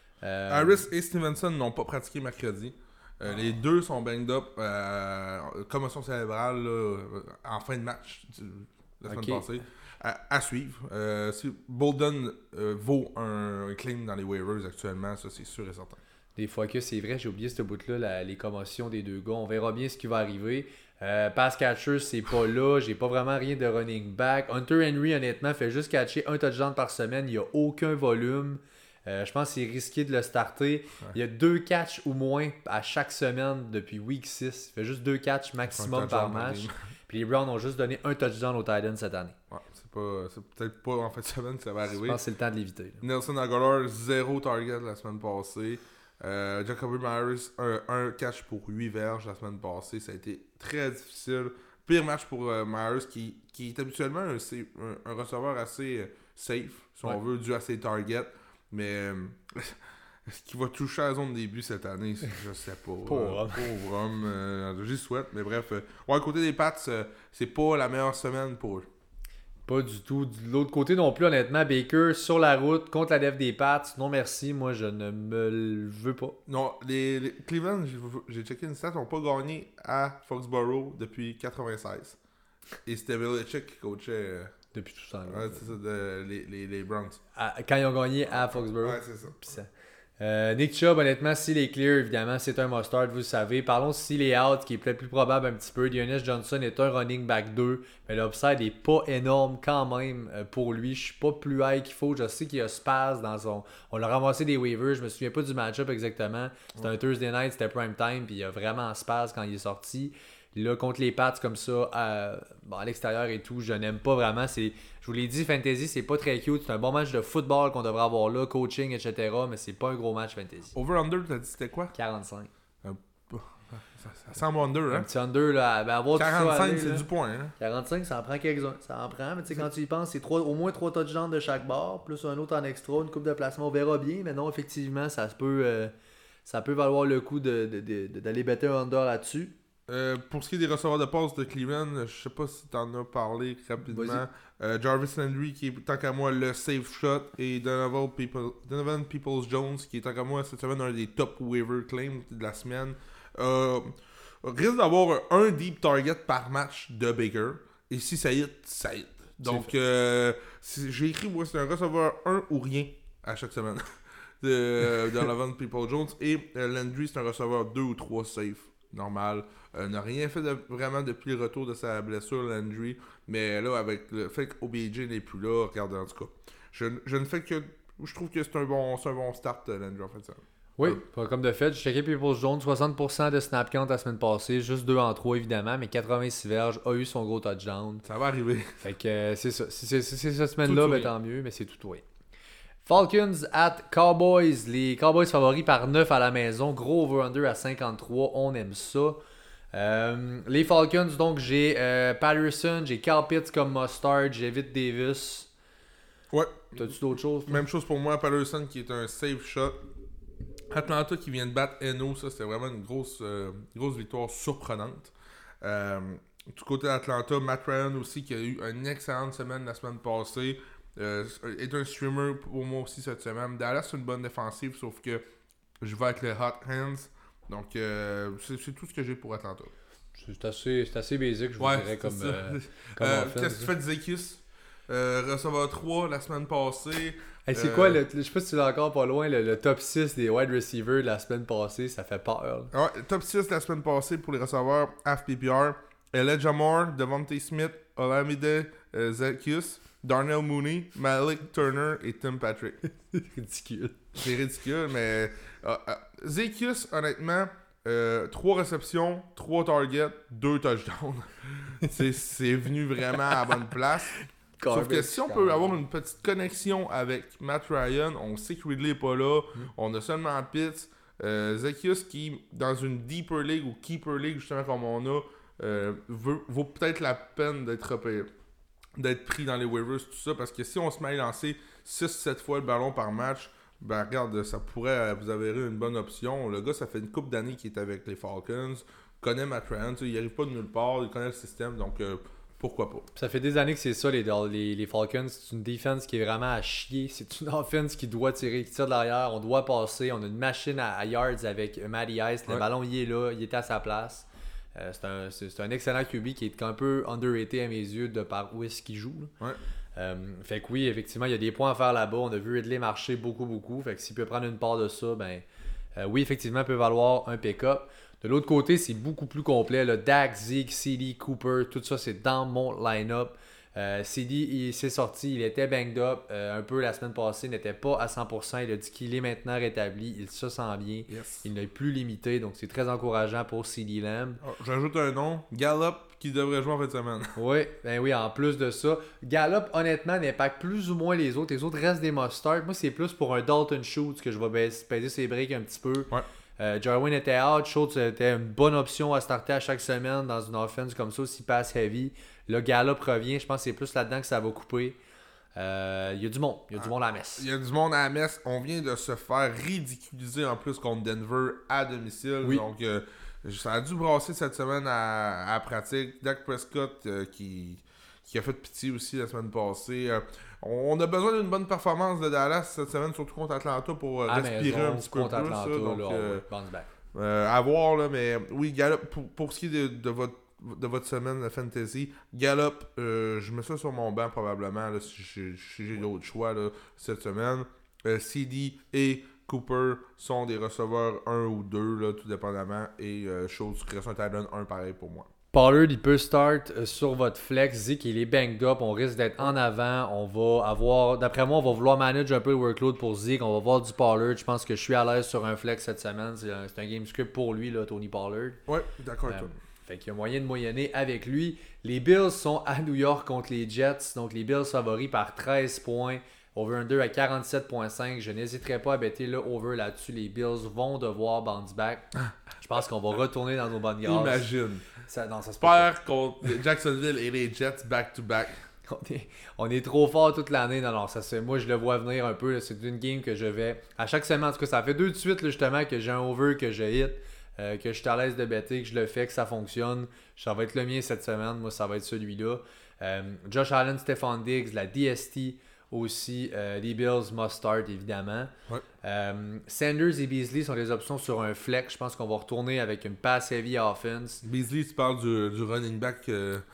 Harris et Stevenson n'ont pas pratiqué mercredi. Les deux sont banged up. Commotion cérébrale là, en fin de match la semaine passée. À suivre. Si Bolden vaut un claim dans les waivers actuellement, ça c'est sûr et certain. Des fois que c'est vrai, j'ai oublié ce bout-là, les commotions des deux gars. On verra bien ce qui va arriver. Pass catcher, c'est pas là. J'ai pas vraiment rien de running back. Hunter Henry, honnêtement, fait juste catcher un touchdown par semaine. Il n'y a aucun volume. Je pense que c'est risqué de le starter. Ouais. Il y a 2 catchs ou moins à chaque semaine depuis week 6. Il fait juste 2 catchs maximum par match. Puis les Browns ont juste donné un touchdown aux Titans cette année. Ouais, c'est peut-être pas en fin de semaine que ça va arriver. Je pense que c'est le temps de l'éviter. Nelson Aguilar, 0 target la semaine passée. Jacoby Myers, un catch pour 8 verges la semaine passée. Ça a été très difficile. Pire match pour Myers qui est habituellement un receveur assez safe, si on veut, dû à ses targets. Mais est-ce qu'il va toucher à la zone de début cette année? Je sais pas. Pauvre homme. J'y souhaite. Mais bref, à côté des Pats, c'est pas la meilleure semaine pour eux. Pas du tout. De l'autre côté non plus, honnêtement, Baker sur la route contre la def des Pats. Non merci, moi je ne me le veux pas. Non, les Cleveland, j'ai checké une stat, n'ont pas gagné à Foxborough depuis 96. Et c'était Belichick qui coachait depuis tout ce temps. Ouais, c'est ça, les Browns. Quand ils ont gagné à Foxborough. Ouais, c'est ça. Nick Chubb, honnêtement, s'il est clear, évidemment, c'est un must-start, vous le savez. Parlons s'il est out, qui est peut-être plus probable un petit peu. Dionys Johnson est un running back 2, mais l'upside n'est pas énorme quand même pour lui. Je suis pas plus high qu'il faut. Je sais qu'il y a Spaz dans son... On l'a ramassé des waivers, je me souviens pas du match-up exactement. C'était un Thursday night, c'était prime time, puis il y a vraiment Spaz quand il est sorti. Là, contre les Pats comme ça, à l'extérieur et tout, je n'aime pas vraiment. Je vous l'ai dit, Fantasy, c'est pas très cute. C'est un bon match de football qu'on devrait avoir là, coaching, etc. Mais c'est pas un gros match Fantasy. Over-under, t'as dit c'était quoi? 45. Ça semble under, hein? Un petit under, là. Avoir 45, aller, c'est là. Du point, hein? 45, ça en prend quelques-uns. Ça en prend, mais tu sais, quand tu y penses, c'est au moins 3 touchdowns de chaque bord, plus un autre en extra, une coupe de placement. On verra bien, mais non, effectivement, ça peut valoir le coup d'aller better un under là-dessus. Pour ce qui est des receveurs de passe de Cleveland, je sais pas si t'en as parlé rapidement. Jarvis Landry qui est tant qu'à moi le safe shot et Donovan Peoples-Jones qui est tant qu'à moi cette semaine un des top waiver claims de la semaine. Risque d'avoir un deep target par match de Baker et si ça hit, ça hit. Donc j'ai écrit moi c'est un receveur 1 ou rien à chaque semaine de Donovan Peoples-Jones et Landry c'est un receveur 2 ou 3 safe. Normal. N'a rien fait vraiment depuis le retour de sa blessure, Landry. Mais là, avec le fait qu'OBJ n'est plus là, regarde en tout cas. Je ne fais que. Je trouve que c'est un bon start, Landry, en fait. Ça. Oui, comme de fait, j'ai checké Peoples Jones, 60% de snap count la semaine passée, juste 2 en 3 évidemment, mais 86 verges, a eu son gros touchdown. Ça va arriver. Fait que c'est ça. Si c'est cette semaine-là, ben, tant mieux, mais c'est tout oui. Falcons at Cowboys. Les Cowboys favoris par 9 à la maison. Gros over-under à 53. On aime ça. Les Falcons, donc j'ai Patterson, j'ai Kyle Pitts comme mustard, j'évite Davis. Ouais. T'as-tu d'autres choses? Même chose pour moi, Patterson qui est un safe shot. Atlanta qui vient de battre Eno, ça c'était vraiment une grosse victoire surprenante. Du côté d'Atlanta, Matt Ryan aussi qui a eu une excellente semaine la semaine passée. Est un streamer pour moi aussi cette semaine. Dallas c'est une bonne défensive, sauf que je vais avec les hot hands. Donc c'est tout ce que j'ai pour Atlanta. C'est assez basique, je vous dirais comme qu'est-ce que tu fais de Zekius? Receveur 3 la semaine passée. Hey, c'est quoi, je sais pas si tu l'as encore pas loin, le top 6 des wide receivers de la semaine passée, ça fait peur. Ouais, top 6 la semaine passée pour les receveurs FPPR. Elijah Moore, Devontae Smith, Olamide Zaccheaus, Darnell Mooney, Malik Turner et Tim Patrick. Ridicule. C'est ridicule, mais Zaccheaus, honnêtement, 3 réceptions, 3 targets, 2 touchdowns. c'est venu vraiment à la bonne place. Sauf que si on peut avoir une petite connexion avec Matt Ryan, on sait que Ridley n'est pas là, on a seulement Pitts. Zaccheaus qui, dans une Deeper League ou Keeper League, justement comme on a, vaut peut-être la peine d'être pris dans les waivers, tout ça, parce que si on se met à lancer 6-7 fois le ballon par match, ben regarde, ça pourrait vous avérer une bonne option. Le gars, ça fait une couple d'années qu'il est avec les Falcons, connaît Matt Ryan, il arrive pas de nulle part, il connaît le système, donc pourquoi pas. Ça fait des années que c'est ça, les Falcons. C'est une défense qui est vraiment à chier. C'est une offense qui doit tirer, qui tire de l'arrière. On doit passer. On a une machine à yards avec Matty Ice. Le ballon, il est là. Il est à sa place. C'est un excellent QB qui est un peu underrated à mes yeux de par où est-ce qu'il joue. Fait que oui, effectivement, il y a des points à faire là-bas. On a vu Ridley marcher beaucoup. Fait que s'il peut prendre une part de ça, ben oui, effectivement, il peut valoir un pick-up. De l'autre côté, c'est beaucoup plus complet. Là. Dak, Zeke, CD, Cooper, tout ça, c'est dans mon line-up. CD, il s'est sorti, il était banged up un peu la semaine passée, il n'était pas à 100%. Il a dit qu'il est maintenant rétabli, il se sent bien. Yes. Il n'est plus limité, donc c'est très encourageant pour CD Lamb. J'ajoute un nom, Gallup, qui devrait jouer en fin de semaine. Oui, en plus de ça. Gallup, honnêtement, n'impacte plus ou moins les autres. Les autres restent des must-start. Moi, c'est plus pour un Dalton Schultz que je vais peser ses briques un petit peu. Jarwin était out, Schultz était une bonne option à starter à chaque semaine dans une offense comme ça, aussi pass heavy. Le Gallup revient, je pense que c'est plus là-dedans que ça va couper. Il y a du monde, à la messe. Il y a du monde à la messe. On vient de se faire ridiculiser en plus contre Denver à domicile. Oui. Donc, ça a dû brasser cette semaine à pratique. Dak Prescott qui a fait pitié aussi la semaine passée. On a besoin d'une bonne performance de Dallas cette semaine, surtout contre Atlanta, pour respirer un petit peu contre plus. Atlanta, Donc, bounce back. à voir, là, mais oui, Gallup, pour ce qui est de votre semaine fantasy, Gallup, je mets ça sur mon banc probablement, là, si j'ai d'autres choix là, cette semaine. CD et Cooper sont des receveurs 1 ou 2, là, tout dépendamment, et Schultz qui reste un Titan 1 pareil pour moi. Pollard, il peut start sur votre flex. Zeke, qu'il est banged up. On risque d'être en avant. On va avoir, d'après moi, on va vouloir manager un peu le workload pour Zeke. On va voir du Pollard. Je pense que je suis à l'aise sur un flex cette semaine. C'est un game script pour lui, là, Tony Pollard. Ouais, d'accord avec toi. Fait qu'il y a moyen de moyenner avec lui. Les Bills sont à New York contre les Jets. Donc les Bills favoris par 13 points. Over-under à 47.5. Je n'hésiterai pas à bêter le over là-dessus. Les Bills vont devoir bounce back. Je pense qu'on va retourner dans nos bonnes grâces. Imagine. Ça se Perd contre Jacksonville et les Jets back-to-back. On est trop fort toute l'année. Non, moi je le vois venir un peu. Là. C'est une game que je vais. À chaque semaine, en tout cas, ça fait 2 de suite là, justement que j'ai un over que je hit. Que je suis à l'aise de bêter, que je le fais, que ça fonctionne. Ça va être le mien cette semaine. Moi, ça va être celui-là. Josh Allen, Stephon Diggs, la DST aussi. Les Bills must start, évidemment. Sanders et Beasley sont des options sur un flex. Je pense qu'on va retourner avec une pass-heavy offense. Beasley, tu parles du running back...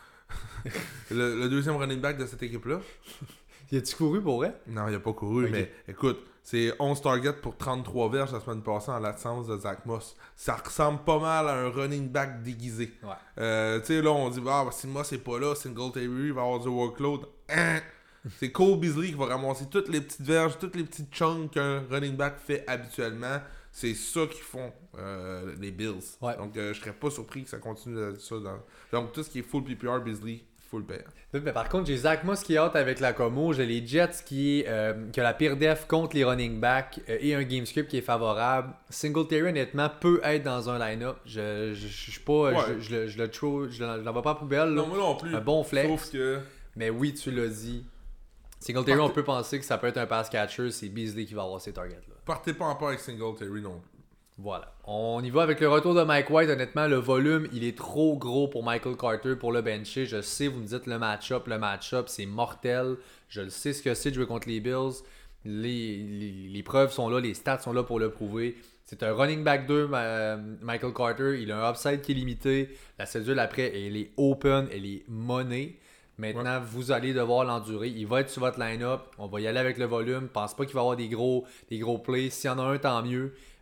le deuxième running back de cette équipe-là. Y a-tu couru pour vrai? Non, il a pas couru, okay. Mais écoute, c'est 11 targets pour 33 verges la semaine passée en l'absence de Zach Moss. Ça ressemble pas mal à un running back déguisé. Tu sais, là, on dit, si Moss est pas là, Singletary va avoir du workload. C'est Cole Beasley qui va ramasser toutes les petites verges, toutes les petites chunks qu'un running back fait habituellement. C'est ça qu'ils font, les Bills. Donc, je serais pas surpris que ça continue ça. Donc, tout ce qui est full PPR, Beasley, full payant. Mais par contre, j'ai Zach Moss qui est out avec la commo. J'ai les Jets qui a la pire def contre les running backs et un game script qui est favorable. Singletary, honnêtement, peut être dans un line-up. Je suis pas. Je l'envoie pas à poubelle. Non, moi non plus. Un bon flex. Sauf que. Mais oui, tu l'as dit. Singletary, on peut penser que ça peut être un pass catcher. C'est Beasley qui va avoir ces targets-là. Partez pas en part avec Singletary non plus. Voilà. On y va avec le retour de Mike White. Honnêtement, le volume, il est trop gros pour Michael Carter pour le bencher. Je sais, vous me dites le match-up, c'est mortel. Je le sais ce que c'est de jouer contre les Bills. Les preuves sont là, les stats sont là pour le prouver. C'est un running back 2, Michael Carter. Il a un upside qui est limité. La cédule après, elle est open, elle est money. Maintenant, vous allez devoir l'endurer. Il va être sur votre line-up. On va y aller avec le volume. Je pense pas qu'il va y avoir des gros plays. S'il y en a un, tant mieux.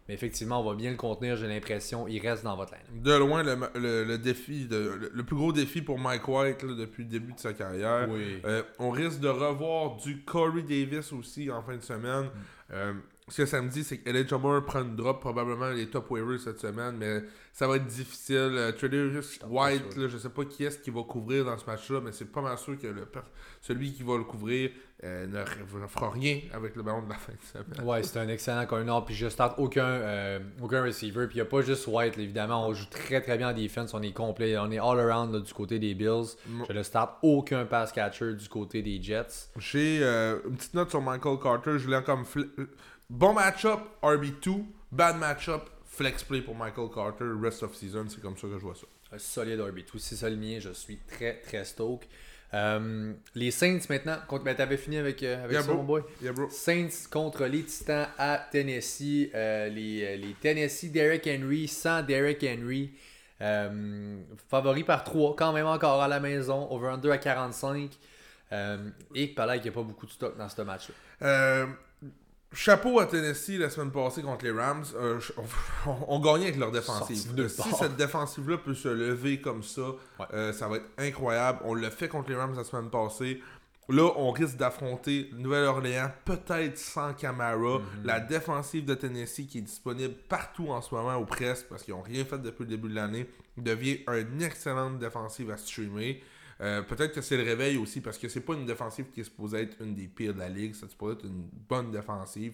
Mais effectivement, on va bien le contenir, j'ai l'impression. Il reste dans votre line. De loin, le défi, le plus gros défi pour Mike White là, depuis le début de sa carrière. Oui. On risque de revoir du Corey Davis aussi en fin de semaine. Ce que ça me dit, c'est qu'Elijah Moore prend une drop, probablement les top waivers cette semaine, mais ça va être difficile. Travis White, là, je sais pas qui est-ce qui va couvrir dans ce match-là, mais c'est pas mal sûr que celui qui va le couvrir ne fera rien avec le ballon de la fin de semaine. Ouais, c'est un excellent corner, puis je starte aucun receiver, puis il n'y a pas juste White, là, évidemment, on joue très très bien en défense, on est complet, on est all around là, du côté des Bills. Je ne starte aucun pass catcher du côté des Jets. J'ai une petite note sur Michael Carter, je l'ai comme bon match-up, RB2, bad match-up, flex play pour Michael Carter, rest of season, c'est comme ça que je vois ça. Un solide RB2, c'est ça le mien, je suis très très stoke. Les Saints maintenant, t'avais fini avec Yeah, ça, bro. mon boy. Yeah, bro. Saints contre les Titans à Tennessee. Les Tennessee, Derrick Henry sans Derrick Henry. Favori par 3, quand même encore à la maison. Over-under à 45. Et par là, il n'y a pas beaucoup de stock dans ce match-là. Chapeau à Tennessee la semaine passée contre les Rams. On gagnait avec leur défensive. Sorti de nulle Si part. cette défensive-là peut se lever comme ça, Ouais. ça va être incroyable. On l'a fait contre les Rams la semaine passée. Là, on risque d'affronter Nouvelle-Orléans, peut-être sans Camara. La défensive de Tennessee, qui est disponible partout en ce moment, ou presque, parce qu'ils n'ont rien fait depuis le début de l'année, devient une excellente défensive à streamer. Peut-être que c'est le réveil aussi, parce que c'est pas une défensive qui est supposée être une des pires de la ligue. C'est supposé être une bonne défensive.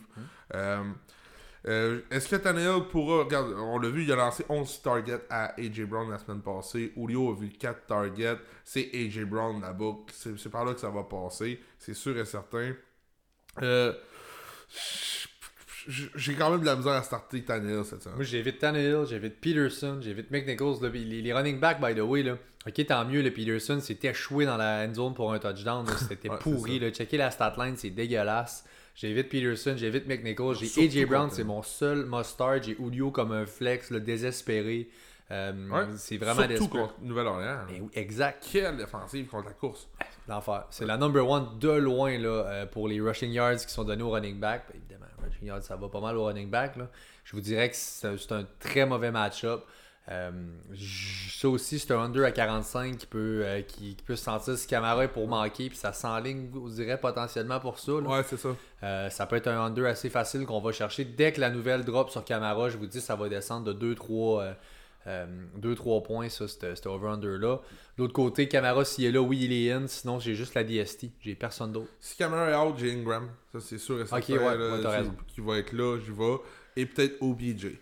Est-ce que Tannehill pourra... Regarde, on l'a vu, il a lancé 11 targets à A.J. Brown la semaine passée. Julio a vu 4 targets. C'est A.J. Brown là-bas. C'est par là que ça va passer. C'est sûr et certain. J'ai quand même de la misère à starter Tannehill cette semaine. Moi, j'évite Tannehill, j'évite Peterson, j'évite McNichols. Là, les running back, by the way, là. Ok, tant mieux, le Peterson s'est échoué dans la end zone pour un touchdown. C'était Ouais, pourri. Là. Checker la stat line, c'est dégueulasse. J'évite Peterson, j'évite McNichols. J'ai Surtout A.J. Brown, contre- c'est mon seul must-start. J'ai Julio comme un flex, le désespéré. C'est vraiment Surtout désespéré. contre Nouvelle-Orléans. Mais oui, exact. Quelle défensive contre la course. L'enfer. C'est la number one de loin là, pour les rushing yards qui sont donnés au running back. Évidemment, rushing yards, ça va pas mal au running back. Là. Je vous dirais que c'est un très mauvais match-up. Ça aussi, c'est un under à 45 qui peut se sentir si Camara est pour manquer, puis ça s'enligne, je vous dirais, potentiellement pour ça. Là. Ouais, c'est ça. Ça peut être un under assez facile qu'on va chercher. Dès que la nouvelle drop sur Camara, je vous dis, ça va descendre de 2-3 points, ça, cet over-under-là. De l'autre côté, Camara, s'il est là, oui, il est in. Sinon, j'ai juste la DST. J'ai personne d'autre. Si Camara est out, j'ai Ingram. Ça, c'est sûr et certain. Ok, ouais, là, t'as raison. qui va être là, j'y vais. Et peut-être OBJ.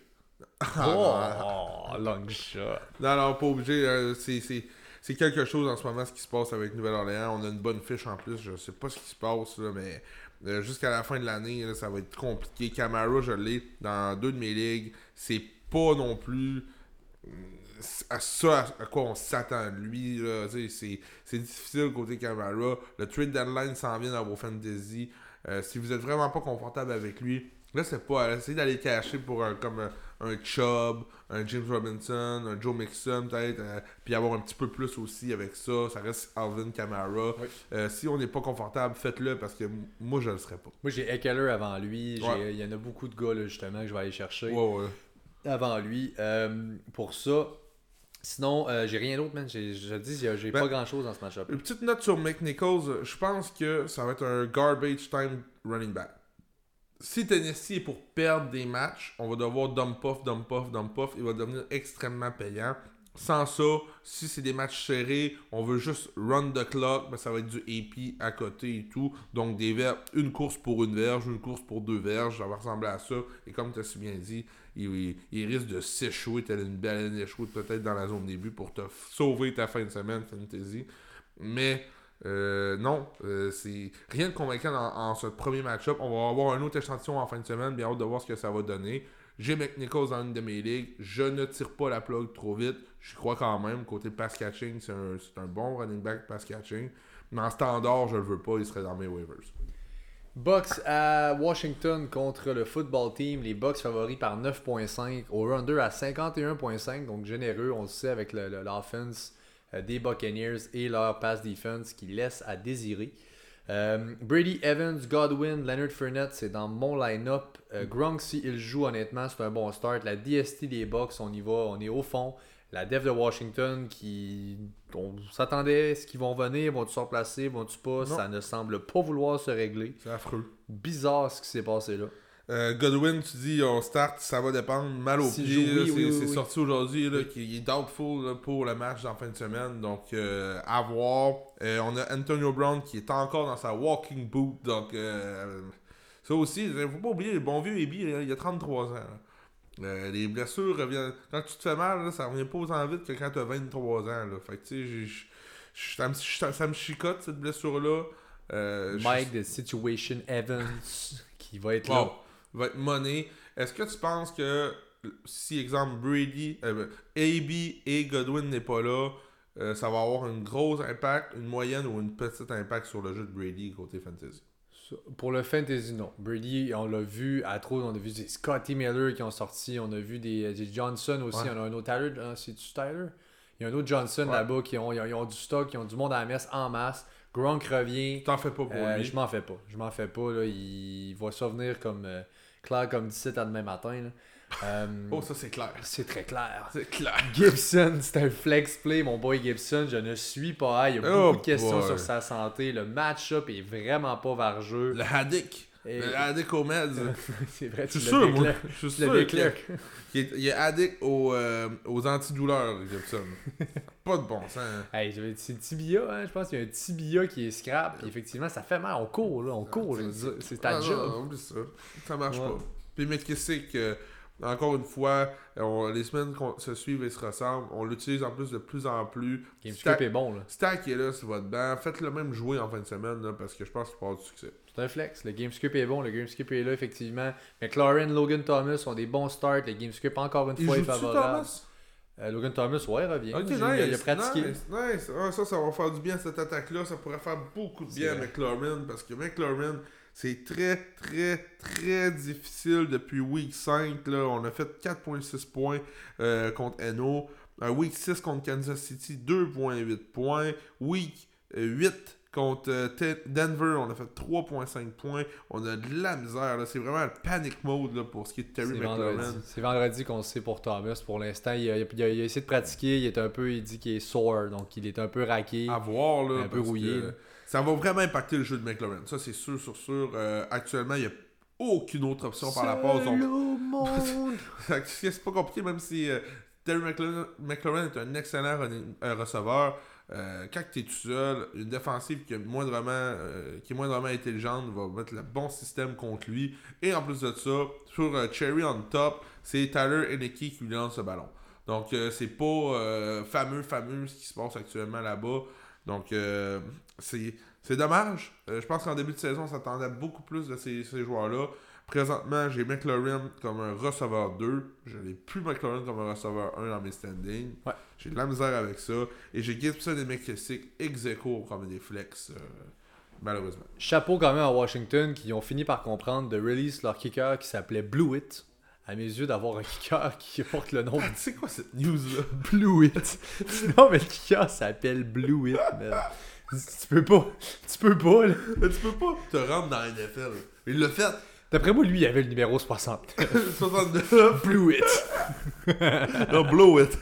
Long shot. Non, pas obligé. C'est quelque chose en ce moment, ce qui se passe avec Nouvelle-Orléans. On a une bonne fiche en plus. Je sais pas ce qui se passe, là, mais jusqu'à la fin de l'année, là, ça va être compliqué. Camara, je l'ai dans 2 de mes ligues. C'est pas non plus à quoi on s'attend de lui. Là. C'est difficile côté Camara. Le trade deadline s'en vient dans vos fantasy. Si vous êtes vraiment pas confortable avec lui, là, c'est pas. Essayez d'aller cacher pour un Chubb, un James Robinson, un Joe Mixon, peut-être, puis avoir un petit peu plus aussi avec ça. Ça reste Alvin Kamara. Oui. Si on n'est pas confortable, faites-le parce que moi, je le serais pas. Moi, j'ai Eckler avant lui. Ouais. Il y en a beaucoup de gars, là, justement, que je vais aller chercher Ouais. avant lui. Pour ça. Sinon, j'ai rien d'autre, man. Je dis, j'ai pas grand-chose dans ce match-up. Une petite note sur McNichols. Je pense que ça va être un garbage time running back. Si Tennessee est pour perdre des matchs, on va devoir dump off. Il va devenir extrêmement payant. Sans ça, si c'est des matchs serrés, on veut juste run the clock, ben ça va être du AP à côté et tout. Donc une course pour une verge, une course pour 2 verges, ça va ressembler à ça. Et comme tu as si bien dit, il risque de s'échouer, telle une baleine échouée peut-être dans la zone début pour te sauver ta fin de semaine fantasy. Mais non, c'est rien de convaincant en ce premier match-up. On va avoir un autre échantillon en fin de semaine, bien hâte de voir ce que ça va donner. J'ai McNichols dans une de mes ligues. Je ne tire pas la plug trop vite. Je crois quand même. Côté pass catching, c'est un bon running back pass catching. Mais en standard, je le veux pas. Il serait dans mes waivers. Bucks à Washington contre le football team. Les Bucks favoris par 9.5. Over-under à 51.5. Donc généreux, on le sait, avec l'offense des Buccaneers et leur pass defense qui laisse à désirer. Brady, Evans, Godwin, Leonard Fournette, c'est dans mon line-up. Gronk, s'il joue, honnêtement, c'est un bon start. La DST des Bucks, on y va, on est au fond. La def de Washington, on s'attendait, est-ce qu'ils vont venir, vont-ils se replacer, vont-ils pas? Non. Ça ne semble pas vouloir se régler. C'est affreux. Bizarre ce qui s'est passé là. Godwin, tu dis on start, ça va dépendre. Mal au S'il pied, joue, là, oui, c'est oui. sorti aujourd'hui là, qu'il est doubtful là, pour le match en fin de semaine. Donc, à voir. On a Antonio Brown qui est encore dans sa walking boot. Donc, ça aussi, il ne faut pas oublier, le bon vieux Ebi, il a 33 ans. Les blessures reviennent. Quand tu te fais mal, là, ça revient pas autant vite que quand tu as 23 ans. Là. Fait que, tu sais, ça me chicote cette blessure-là. Mike de Situation Evans qui va être Wow. là. Va être money. Est-ce que tu penses que si, exemple, Brady, AB et Godwin n'est pas là, ça va avoir un gros impact, une moyenne ou une petite impact sur le jeu de Brady côté fantasy? Pour le fantasy, non. Brady, on l'a vu à trop. On a vu des Scotty Miller qui ont sorti. On a vu des Johnson aussi. Ouais. On a un autre Tyler. C'est-tu Tyler? Il y a un autre Johnson là-bas qui ont du stock, qui ont du monde à la messe en masse. Gronk revient. T'en fais pas pour lui. Je m'en fais pas. Là. Il va survenir comme clair comme 17 à demain matin. Là. Oh, ça c'est clair. C'est très clair. C'est clair. Gibson, c'est un flex play, mon boy Gibson. Je ne suis pas high. Il y a beaucoup de questions sur sa santé. Le match-up est vraiment pas vargeux. Le Haddock. Le Haddock aux Meds. C'est vrai, Je tu suis sûr, moi. l'as Je suis le sûr déclare. qu'il est addict aux antidouleurs, Gibson. Pas de bon sens. Hein. Hey, c'est le tibia, hein? Je pense qu'il y a un tibia qui est scrap. Puis effectivement, ça fait mal. On court, là. On court. Je veux dire. C'est ta job. Non, oublie ça. Ça marche Ouais. pas. Puis, mais qu'est-ce que encore une fois, les semaines se suivent et se ressemblent. On l'utilise en plus de plus en plus. GameScript est bon, là. Stack est là sur votre banc. Faites-le même jouer en fin de semaine là, parce que je pense qu'il va avoir du succès. C'est un flex. Le GameScript est bon. Le GameScript est là, effectivement. McLaurin, Logan Thomas ont des bons starts. Le GameScript, encore une fois, est favorable. Thomas? Logan Thomas, ouais, revient. Ok, Il a pratiqué. Nice. Ah, ça va faire du bien cette attaque-là. Ça pourrait faire beaucoup de bien à McLaurin parce que McLaurin, c'est très, très, très difficile depuis week 5. Là. On a fait 4.6 points contre Eno. Week 6 contre Kansas City, 2.8 points. Week 8 contre Denver, on a fait 3.5 points. On a de la misère. Là. C'est vraiment le panic mode là, pour ce qui est de Terry McLaurin. C'est vendredi qu'on le sait pour Thomas. Pour l'instant, il a essayé de pratiquer. Il dit qu'il est sore. Donc, il est un peu raqué. À voir, là, un peu rouillé. Ça va vraiment impacter le jeu de McLaurin. Ça, c'est sûr. Actuellement, il n'y a aucune autre option par la passe. Donc... monde. C'est pas compliqué, même si Terry McLaurin est un excellent receveur. Quand tu es tout seul, une défensive qui est moindrement intelligente va mettre le bon système contre lui. Et en plus de ça, sur Cherry on top, c'est Tyler Henneke qui lui lance le ballon. Donc, c'est pas fameux ce qui se passe actuellement là-bas. Donc, c'est dommage. Je pense qu'en début de saison, on s'attendait beaucoup plus de ces joueurs-là. Présentement, j'ai McLaurin comme un receveur 2. Je n'ai plus McLaurin comme un receveur 1 dans mes standings. Ouais. J'ai de la misère avec ça. Et j'ai Gibson et McKissick ex-aequo comme des flex, malheureusement. Chapeau quand même à Washington qui ont fini par comprendre de release leur kicker qui s'appelait Blewett. À mes yeux, d'avoir un kicker qui porte le nom Tu sais quoi cette news-là? Blewett. Non, mais le kicker s'appelle Blewett. Tu peux pas, là. Mais tu peux pas te rendre dans la NFL. Il l'a fait. D'après moi, lui, il avait le numéro 60. 69. Blewett. Non, blow it.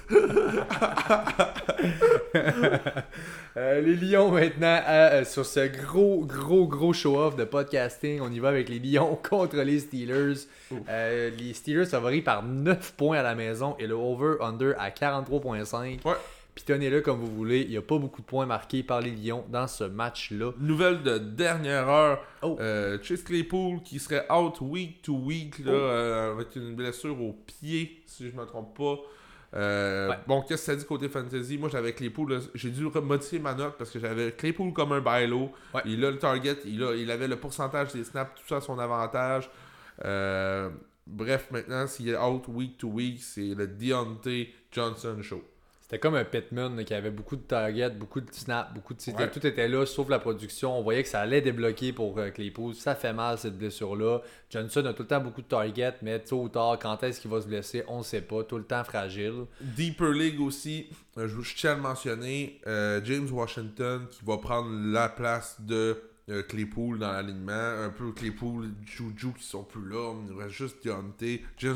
Les Lions maintenant sur ce gros show-off de podcasting. On y va avec les Lions contre les Steelers. Les Steelers favoris par 9 points à la maison et le over-under à 43.5. Ouais. Pitonnez-le comme vous voulez. Il n'y a pas beaucoup de points marqués par les Lions dans ce match-là. Nouvelle de dernière heure. Oh. Chase Claypool qui serait out week to week là, avec une blessure au pied, si je ne me trompe pas. Ouais. Bon, qu'est-ce que ça dit côté fantasy? Moi, j'avais Claypool. Là, j'ai dû modifier ma note parce que j'avais Claypool comme un buy low. Ouais. Il a le target, il avait le pourcentage des snaps, tout ça à son avantage. Bref, maintenant, s'il est out week to week, c'est le Deontay Johnson show. C'était comme un Pittman là, qui avait beaucoup de targets, beaucoup de snaps, Ouais. tout était là, sauf la production. On voyait que ça allait débloquer pour Claypool. Ça fait mal, cette blessure-là. Johnson a tout le temps beaucoup de targets, mais tôt ou tard, quand est-ce qu'il va se blesser, on ne sait pas. Tout le temps fragile. Deeper League aussi, je tiens à le mentionner, James Washington qui va prendre la place de Claypool dans l'alignement, un peu Claypool, Juju qui sont plus là, il reste juste Deontay, James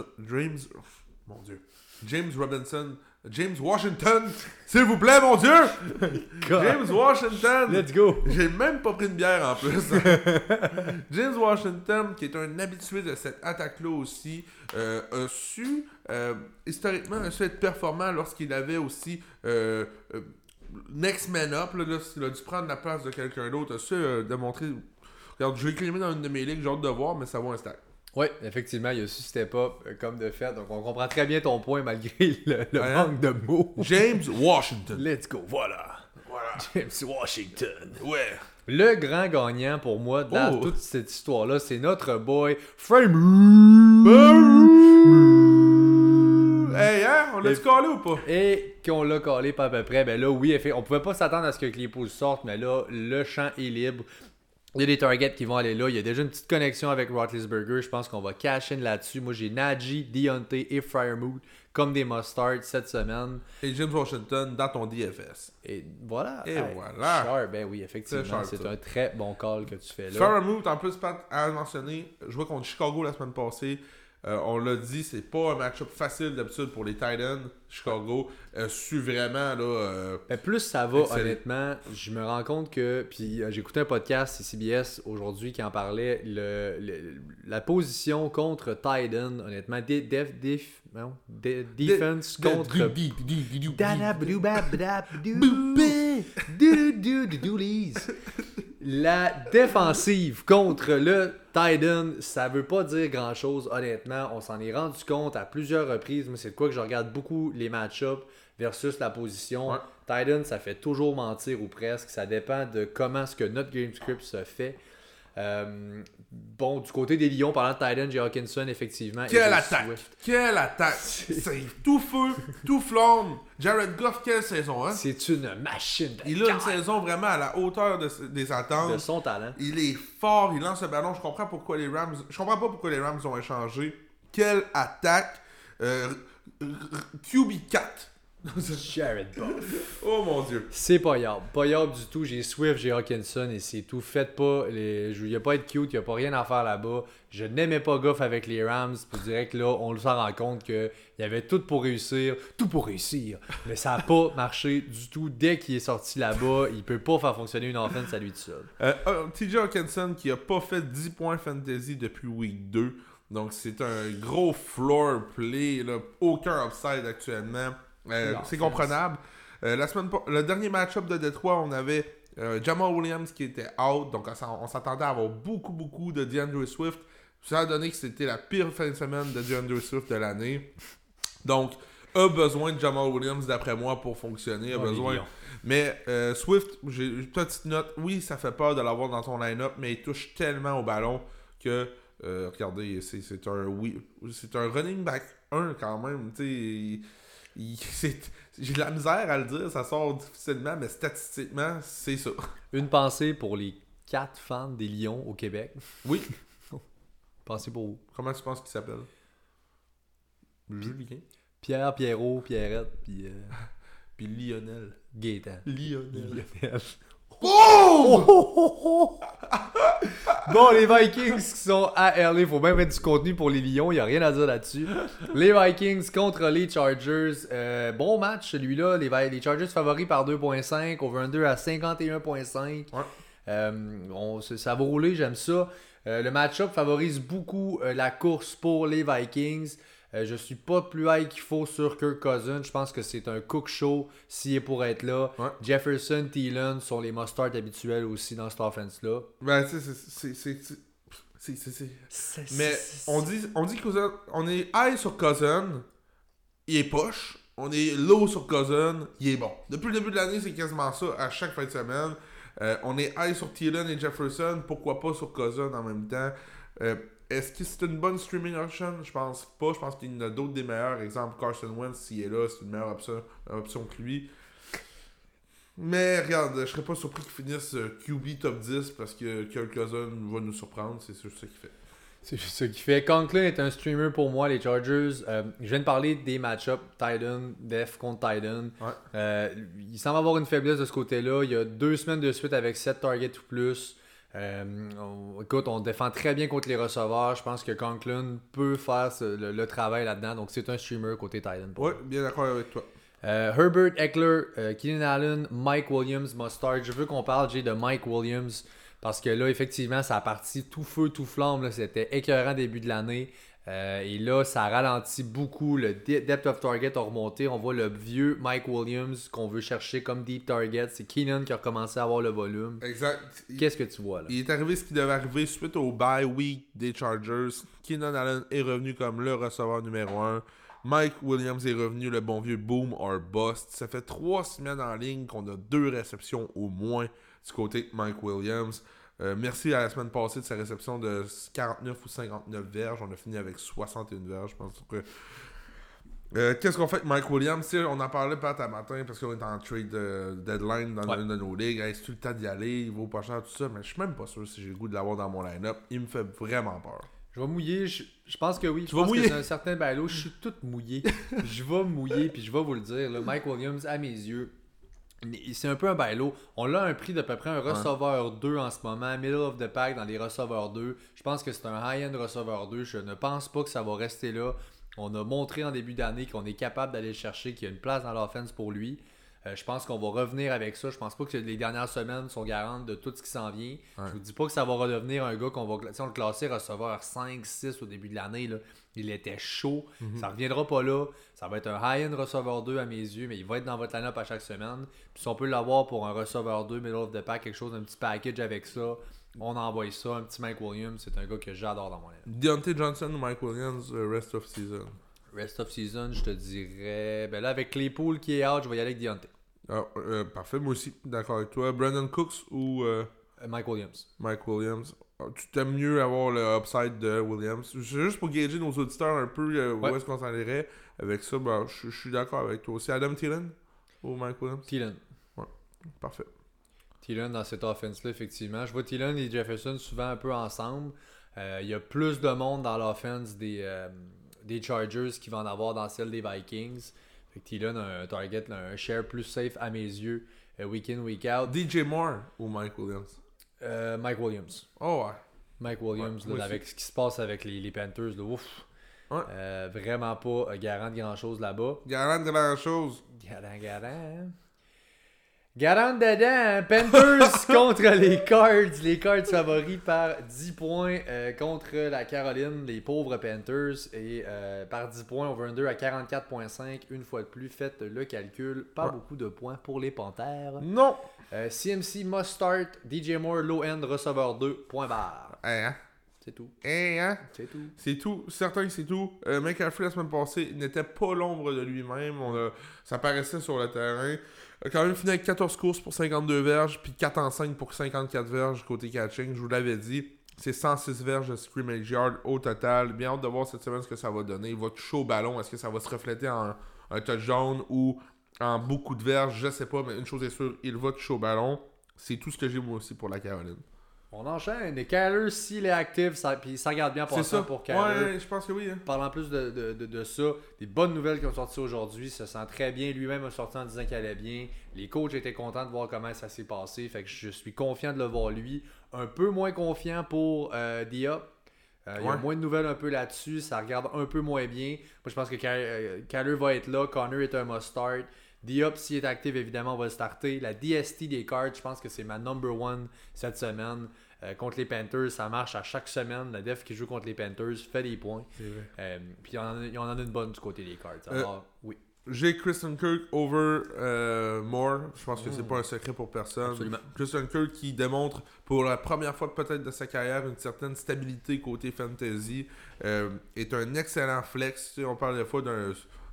Robinson, James Washington, s'il vous plaît, mon Dieu! James Washington! Let's go! J'ai même pas pris une bière en plus. James Washington, qui est un habitué de cette attaque-là aussi, a su, historiquement, être performant lorsqu'il avait aussi next man up, là, il a dû prendre la place de quelqu'un d'autre, a su démontrer. Regarde, je vais écrire dans une de mes ligues, j'ai hâte de voir, mais ça vaut un stack. Oui, effectivement, il a su step up comme de fait. Donc, on comprend très bien ton point malgré le manque de mots. James Washington. Let's go, voilà. James Washington. Ouais. Le grand gagnant pour moi de toute cette histoire-là, c'est notre boy Frame. Hey, hein? On l'a-tu calé ou pas? Et qu'on l'a calé pas à peu près. Ben là, oui, on pouvait pas s'attendre à ce que Claypool sorte, mais là, le champ est libre. Il y a des targets qui vont aller là. Il y a déjà une petite connexion avec Roethlisberger. Je pense qu'on va cash in là-dessus. Moi, j'ai Najee, Deontay et Freiermuth comme des mustards cette semaine. Et James Washington dans ton DFS. Et voilà. Et voilà. Sharp, ben oui, effectivement. C'est un très bon call que tu fais là. Freiermuth, en plus, Pat a mentionné, je vois contre Chicago la semaine passée. On l'a dit, c'est pas un match-up facile d'habitude pour les Titans. Chicago su vraiment là. Ben plus ça va, excellent. honnêtement, je me rends compte que. Puis j'ai écouté un podcast, c'est CBS aujourd'hui qui en parlait. La position contre Titan, honnêtement, defense contre. La défensive contre le Titan, ça veut pas dire grand chose, honnêtement. On s'en est rendu compte à plusieurs reprises. Moi, c'est de quoi que je regarde beaucoup les match-ups versus la position. Ouais. Titan, ça fait toujours mentir ou presque. Ça dépend de comment est-ce que notre game script se fait. Bon, du côté des Lions, parlant de Titan, j'ai Hawkinson, effectivement. Quelle attaque! Quelle attaque! C'est tout feu, tout flamme. Jared Goff, quelle saison, hein? C'est une machine. Il a une saison vraiment à la hauteur des attentes. De son talent. Il est fort, il lance le ballon. Je comprends pas pourquoi les Rams ont échangé. Quelle attaque! QB4. Jared Goff. Oh mon Dieu. C'est pas yard. Pas yard du tout. J'ai Swift, j'ai Hawkinson et c'est tout. Faites pas. Il n'y a pas à être cute, il n'y a pas rien à faire là-bas. Je n'aimais pas Goff avec les Rams. Je dirais que là, on s'en rend compte qu'il y avait tout pour réussir. Tout pour réussir. Mais ça n'a pas marché du tout. Dès qu'il est sorti là-bas, il peut pas faire fonctionner une offense à lui tout seul. TJ Hawkinson qui a pas fait 10 points fantasy depuis week 2. Donc c'est un gros floor play. Là. Aucun upside actuellement. C'est comprenable. Le dernier match-up de Détroit, on avait Jamal Williams qui était out. Donc on s'attendait à avoir beaucoup de DeAndre Swift. Ça a donné que c'était la pire fin de semaine de DeAndre Swift de l'année. Donc, a besoin de Jamal Williams d'après moi pour fonctionner. Mais Swift, j'ai une petite note. Oui, ça fait peur de l'avoir dans ton line-up, mais il touche tellement au ballon que regardez, c'est un running back 1 quand même. J'ai de la misère à le dire, ça sort difficilement, mais statistiquement, c'est ça. Une pensée pour les 4 fans des Lions au Québec. Oui. Pensez pour vous. Comment tu penses qu'il s'appelle? Julien. Pierre, Pierrot, Pierrette, puis Puis Lionel. Gaétan. Lionel. Oh! Bon, les Vikings qui sont à LA, faut même mettre du contenu pour les Lions, il n'y a rien à dire là-dessus. Les Vikings contre les Chargers. Bon match celui-là, les Chargers favoris par 2.5, over-under à 51.5. Ouais. Ça va rouler, j'aime ça. Le match-up favorise beaucoup la course pour les Vikings. Je suis pas plus high qu'il faut sur Kirk Cousins. Je pense que c'est un cook show s'il est pour être là. Ouais. Jefferson, Thielen sont les mustards habituels aussi dans cette offense-là. Ben, mais on dit Cousins, on est high sur Cousins, il est poche. On est low sur Cousins, il est bon. Depuis le début de l'année, c'est quasiment ça à chaque fin de semaine. On est high sur Thielen et Jefferson, pourquoi pas sur Cousins en même temps. Est-ce que c'est une bonne streaming option? Je pense pas. Je pense qu'il y en a d'autres des meilleurs. Exemple, Carson Wentz, s'il est là, c'est une meilleure option que lui. Mais regarde, je serais pas surpris qu'il finisse QB top 10 parce que Kirk Cousins va nous surprendre. C'est sûr ce qu'il fait. C'est ce qui fait. Conklin est un streamer pour moi, les Chargers. Je viens de parler des match-ups Titan, Def contre Titan. Il semble avoir une faiblesse de ce côté-là. Il y a 2 semaines de suite avec 7 targets ou plus. Écoute, on défend très bien contre les receveurs. Je pense que Conklin peut faire le travail là-dedans. Donc, c'est un streamer côté Titan. Oui, bien d'accord avec toi. Herbert, Eckler, Keenan Allen, Mike Williams, Mustard. Je veux qu'on parle, Jay, de Mike Williams. Parce que là, effectivement, ça a parti tout feu, tout flamme. Là. C'était écœurant début de l'année. Et là, ça ralentit beaucoup. Le depth of target a remonté. On voit le vieux Mike Williams qu'on veut chercher comme deep target. C'est Keenan qui a recommencé à avoir le volume. Exact. Qu'est-ce que tu vois là? Il est arrivé ce qui devait arriver suite au bye week des Chargers. Keenan Allen est revenu comme le receveur numéro 1. Mike Williams est revenu le bon vieux boom or bust. Ça fait 3 semaines en ligne qu'on a 2 réceptions au moins du côté de Mike Williams. Merci à la semaine passée de sa réception de 49 ou 59 verges. On a fini avec 61 verges. Je pense que... qu'est-ce qu'on fait avec Mike Williams? T'sais, on en parlait pas à matin parce qu'on est en trade deadline dans une de nos ligues. Hey, c'est-tu le temps d'y aller? Il vaut pas cher, tout ça. Mais je suis même pas sûr si j'ai le goût de l'avoir dans mon line-up. Il me fait vraiment peur. Je vais mouiller, je pense que oui. Tu vas mouiller? Que c'est un certain ballot. Je suis tout mouillé. Je vais mouiller, puis je vais vous le dire. Là, Mike Williams, à mes yeux, c'est un peu un bailo. On l'a un prix d'à peu près un receveur 2 en ce moment, middle of the pack dans les receveurs 2. Je pense que c'est un high-end receveur 2. Je ne pense pas que ça va rester là. On a montré en début d'année qu'on est capable d'aller le chercher, qu'il y a une place dans l'offense pour lui. Je pense qu'on va revenir avec ça. Je pense pas que les dernières semaines sont garantes de tout ce qui s'en vient. Je vous dis pas que ça va redevenir un gars qu'on va... Si on le classait receveur 5-6 au début de l'année, là, il était chaud. Ça reviendra pas là. Ça va être un high-end receveur 2 à mes yeux, mais il va être dans votre line-up à chaque semaine. Puis si on peut l'avoir pour un receveur 2, middle of the pack, quelque chose, un petit package avec ça, on envoie ça. Un petit Mike Williams, c'est un gars que j'adore dans mon line-up. Deontay Johnson ou Mike Williams, rest of season? Rest of season, je te dirais... Ben là, avec Claypool qui est out, je vais y aller avec Deontay. Parfait, moi aussi, d'accord avec toi. Brandon Cooks ou Mike Williams. Mike Williams. Tu t'aimes mieux avoir le upside de Williams. C'est juste pour gager nos auditeurs un peu où est-ce qu'on s'en irait. Avec ça, ben, je suis d'accord avec toi aussi. Adam Thielen ou Mike Williams? Thielen. Ouais, parfait. Thielen dans cette offense-là, effectivement. Je vois Thielen et Jefferson souvent un peu ensemble. Il y a plus de monde dans l'offense des Chargers qu'il va en avoir dans celle des Vikings. Fait que Thielen a un target, un share plus safe à mes yeux, week in, week out. DJ Moore ou Mike Williams? Mike Williams. Oh ouais. Mike Williams, ouais, là, avec ce qui se passe avec les Panthers, là, ouf. Ouais. Vraiment pas garant de grand-chose là-bas. Garant de grand-chose. Garant. Garant dedans, Panthers contre les Cards. Les Cards favoris par 10 points contre la Caroline, les pauvres Panthers. Et par 10 points, over-under à 44.5. Une fois de plus, faites le calcul. Pas beaucoup de points pour les Panthers. Non. CMC must start. DJ Moore, low-end, receveur 2, point barre. Hein? C'est tout. Hein? C'est tout. C'est tout. Certain que c'est tout. McCaffrey, la semaine passée, n'était pas l'ombre de lui-même. Ça paraissait sur le terrain. Quand même fini avec 14 courses pour 52 verges, puis 4 en 5 pour 54 verges côté catching. Je vous l'avais dit, c'est 106 verges de scrimmage yard au total. Bien hâte de voir cette semaine ce que ça va donner. Il va toucher au ballon. Est-ce que ça va se refléter en un touchdown ou en beaucoup de verges? Je sais pas, mais une chose est sûre, il va toucher au ballon. C'est tout ce que j'ai moi aussi pour la Caroline. On enchaîne. Et Kyler, s'il est actif, puis ça regarde bien pour ça pour Kyler. Ouais, je pense que oui. Hein. Parlant plus de ça, des bonnes nouvelles qui ont sorti aujourd'hui, ça sent très bien. Lui-même a sorti en disant qu'il allait bien. Les coachs étaient contents de voir comment ça s'est passé. Fait que je suis confiant de le voir lui. Un peu moins confiant pour Diop. Il y a moins de nouvelles un peu là-dessus. Ça regarde un peu moins bien. Moi, je pense que Kyler va être là. Connor est un must-start. Diop, s'il est actif, évidemment, on va le starter. La DST des Cards, je pense que c'est ma number one cette semaine. Contre les Panthers, ça marche à chaque semaine. La def qui joue contre les Panthers fait des points. C'est vrai. Puis il y en a une bonne du côté des Cards. Alors, oui. J'ai Christian Kirk over Moore. Je pense que c'est pas un secret pour personne. Absolument. Christian Kirk qui démontre pour la première fois peut-être de sa carrière une certaine stabilité côté fantasy. Est un excellent flex. Tu sais, on parle des fois d'un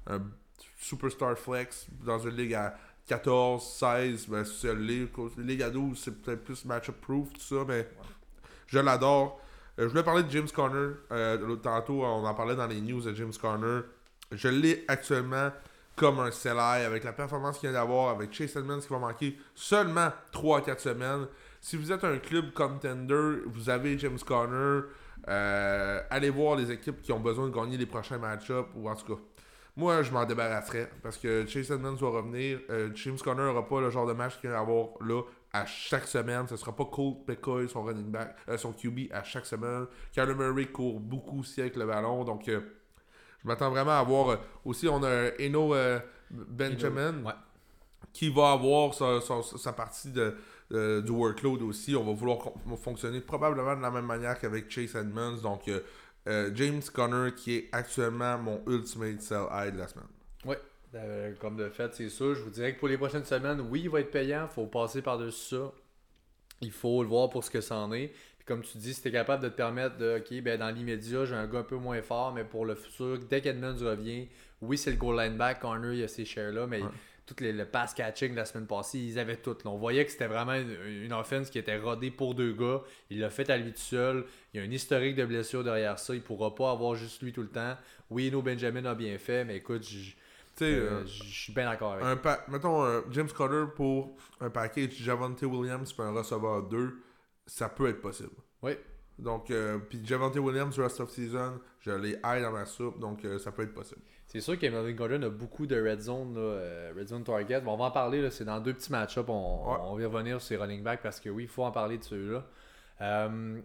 superstar flex dans une ligue à 14, 16, ben c'est ligue à 12, c'est peut-être plus match-up proof, tout ça, mais je l'adore. Je voulais parler de James Conner. Tantôt, on en parlait dans les news de James Conner. Je l'ai actuellement comme un sell-high avec la performance qu'il vient d'avoir, avec Chase Edmonds qui va manquer seulement 3 à 4 semaines. Si vous êtes un club contender, vous avez James Conner. Allez voir les équipes qui ont besoin de gagner les prochains match-ups, ou en tout cas, moi, je m'en débarrasserais parce que Chase Edmonds va revenir. James Conner n'aura pas le genre de match qu'il va avoir là à chaque semaine. Ce ne sera pas Colt McCoy, son running back, son QB à chaque semaine. Kyler Murray court beaucoup aussi avec le ballon. Donc, je m'attends vraiment à voir. Aussi, on a Eno Benjamin qui va avoir sa partie du workload aussi. On va vouloir fonctionner probablement de la même manière qu'avec Chase Edmonds. Donc, James Conner qui est actuellement mon ultimate sell high de la semaine. Oui, comme de fait, c'est sûr. Je vous dirais que pour les prochaines semaines, oui, il va être payant. Il faut passer par-dessus ça. Il faut le voir pour ce que ça en est. Puis comme tu dis, si tu es capable de te permettre de, OK, ben dans l'immédiat, j'ai un gars un peu moins fort, mais pour le futur, dès qu'Edmonds revient, oui, c'est le goal line back. Conner, il y a ces shares-là, mais tout le pass catching de la semaine passée, ils avaient tout. Là. On voyait que c'était vraiment une offense qui était rodée pour deux gars. Il l'a fait à lui tout seul. Il y a un historique de blessures derrière ça. Il ne pourra pas avoir juste lui tout le temps. Oui, Eno Benjamin a bien fait, mais écoute, je suis bien d'accord avec ça. Mettons James Conner pour un package Javonte Williams pour un receveur 2, ça peut être possible. Oui. Donc, puis Javonte Williams, rest of season, je l'ai high dans ma soupe, donc ça peut être possible. C'est sûr que Melvin Gordon a beaucoup de red zone target. Bon, on va en parler, là, c'est dans 2 petits match-ups. On va y revenir sur ces running backs parce que oui, il faut en parler de ceux-là. En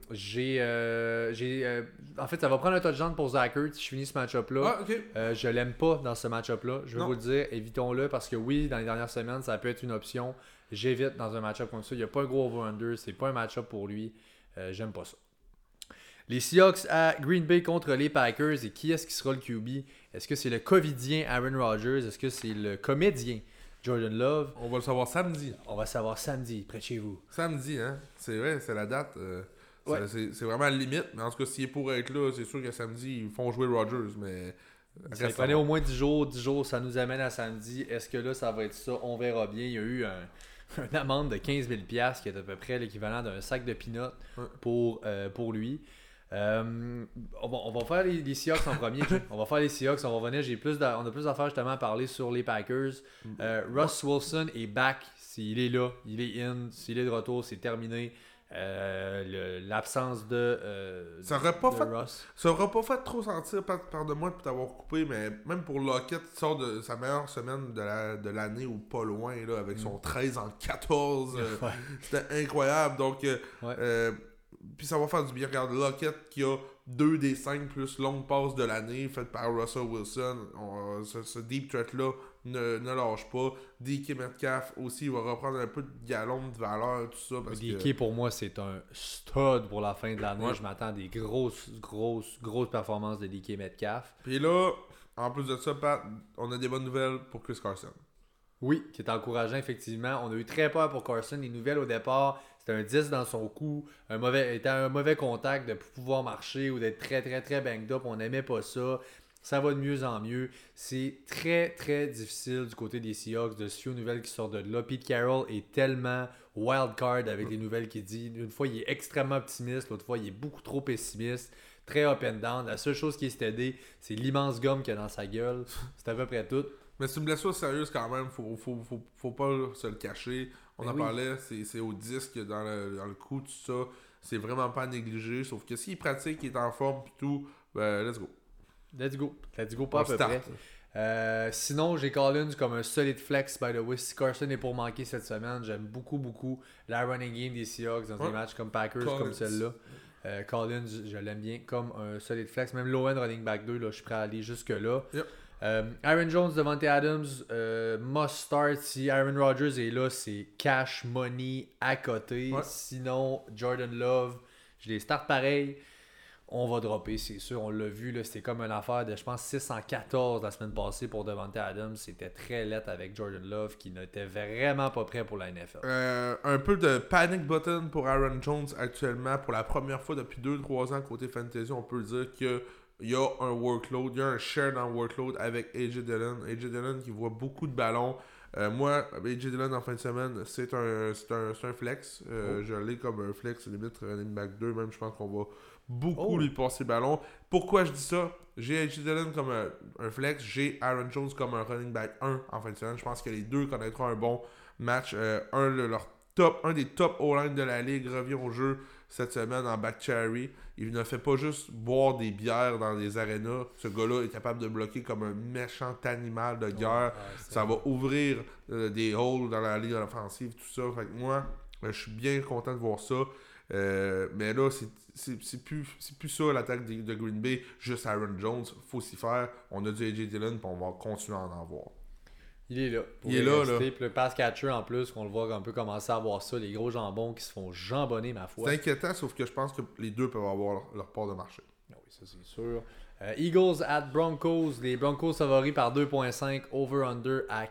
fait, ça va prendre un touchdown pour Zach Ertz si je finis ce match-up-là. Je l'aime pas dans ce match-up-là. Je vais vous le dire, évitons-le parce que oui, dans les dernières semaines, ça peut être une option. J'évite dans un match-up comme ça. Il n'y a pas un gros over-under. C'est pas un match-up pour lui. J'aime pas ça. Les Seahawks à Green Bay contre les Packers. Et qui est-ce qui sera le QB? Est-ce que c'est le covidien Aaron Rodgers? Est-ce que c'est le comédien Jordan Love? On va le savoir samedi. On va le savoir samedi, près de chez vous. Samedi, hein? C'est vrai, c'est la date. C'est vraiment la limite. Mais en tout cas, s'il est pour être là, c'est sûr que samedi, ils font jouer Rodgers. Mais ça prenait au moins 10 jours. 10 jours, ça nous amène à samedi. Est-ce que là, ça va être ça? On verra bien. Il y a eu une amende de 15 000 qui est à peu près l'équivalent d'un sac de peanuts pour lui. On va faire les Seahawks en premier. On va faire les Seahawks, on va revenir. On a plus d'affaires justement à parler sur les Packers. Russ Wilson est back. S'il est là, il est in. S'il est de retour, c'est terminé. L'absence de Russ. Ça n'aura pas fait trop sentir par de moi de t'avoir coupé, mais même pour Lockett, qui sort de sa meilleure semaine de l'année ou pas loin, là, avec son 13 en 14. C'était incroyable. Donc, puis ça va faire du bien. Regarde Lockett qui a 2 des 5 plus longues passes de l'année faites par Russell Wilson. Ce deep threat-là ne lâche pas. DK Metcalf aussi, il va reprendre un peu de galon de valeur, tout ça. Parce DK pour moi, c'est un stud pour la fin de l'année. Ouais. Je m'attends à des grosses performances de DK Metcalf. Puis là, en plus de ça, Pat, on a des bonnes nouvelles pour Chris Carson. Oui, qui est encourageant, effectivement. On a eu très peur pour Carson. Les nouvelles au départ, c'était un 10 dans son cou. Était un mauvais contact de pouvoir marcher ou d'être très, très, très banged up. On n'aimait pas ça. Ça va de mieux en mieux. C'est très, très difficile du côté des Seahawks de suivre aux nouvelles qui sortent de là. Pete Carroll est tellement wild card avec les nouvelles qu'il dit. Une fois, il est extrêmement optimiste. L'autre fois, il est beaucoup trop pessimiste. Très up and down. La seule chose qui est stédée, c'est l'immense gomme qu'il a dans sa gueule. C'est à peu près tout. Mais c'est une blessure sérieuse quand même, faut pas se le cacher. On en parlait, c'est au disque, dans le cou, tout ça. C'est vraiment pas négligé, sauf que s'il pratique, il est en forme pis tout, ben let's go. Let's go pas à peu près. Sinon, j'ai Collins comme un solide flex, by the way. Si Carson est pour manquer cette semaine, j'aime beaucoup la running game des Seahawks dans des matchs comme Packers, comme celle-là. Collins, je l'aime bien comme un solide flex. Même low-end running back 2, là, je suis prêt à aller jusque-là. Yep. Aaron Jones, Davante Adams, must start. Si Aaron Rodgers est là, c'est cash money à côté. Sinon, Jordan Love, je les start pareil. On va dropper, c'est sûr. On l'a vu, là, c'était comme une affaire de, je pense, 614 la semaine passée pour Davante Adams. C'était très laid avec Jordan Love qui n'était vraiment pas prêt pour la NFL. Un peu de panic button pour Aaron Jones actuellement. Pour la première fois depuis 2-3 ans côté fantasy, on peut dire que il y a un workload, il y a un share dans le workload avec AJ Dillon. AJ Dillon qui voit beaucoup de ballons. Moi, AJ Dillon en fin de semaine, c'est un flex. Je l'ai comme un flex, limite running back 2. Même je pense qu'on va beaucoup lui passer le ballon. Pourquoi je dis ça? J'ai AJ Dillon comme un flex. J'ai Aaron Jones comme un running back 1 en fin de semaine. Je pense que les deux connaîtront un bon match. Leur un des top O-line de la ligue, revient au jeu cette semaine en Bakhtiari. Il ne fait pas juste boire des bières dans les arénas. Ce gars-là est capable de bloquer comme un méchant animal de guerre. Ça va ouvrir des holes dans la ligne offensive, tout ça. Fait que moi, je suis bien content de voir ça. Mais là, c'est plus ça l'attaque de Green Bay, juste Aaron Jones. Faut s'y faire. On a du A.J. Dillon, puis on va continuer à en avoir. Il est là. Il est là. Puis le pass catcher en plus, qu'on le voit un peu commencer à voir ça, les gros jambons qui se font jambonner, ma foi. C'est inquiétant, sauf que je pense que les deux peuvent avoir leur part de marché. Oui, ça c'est sûr. Eagles at Broncos. Les Broncos favoris par 2.5. Over-under à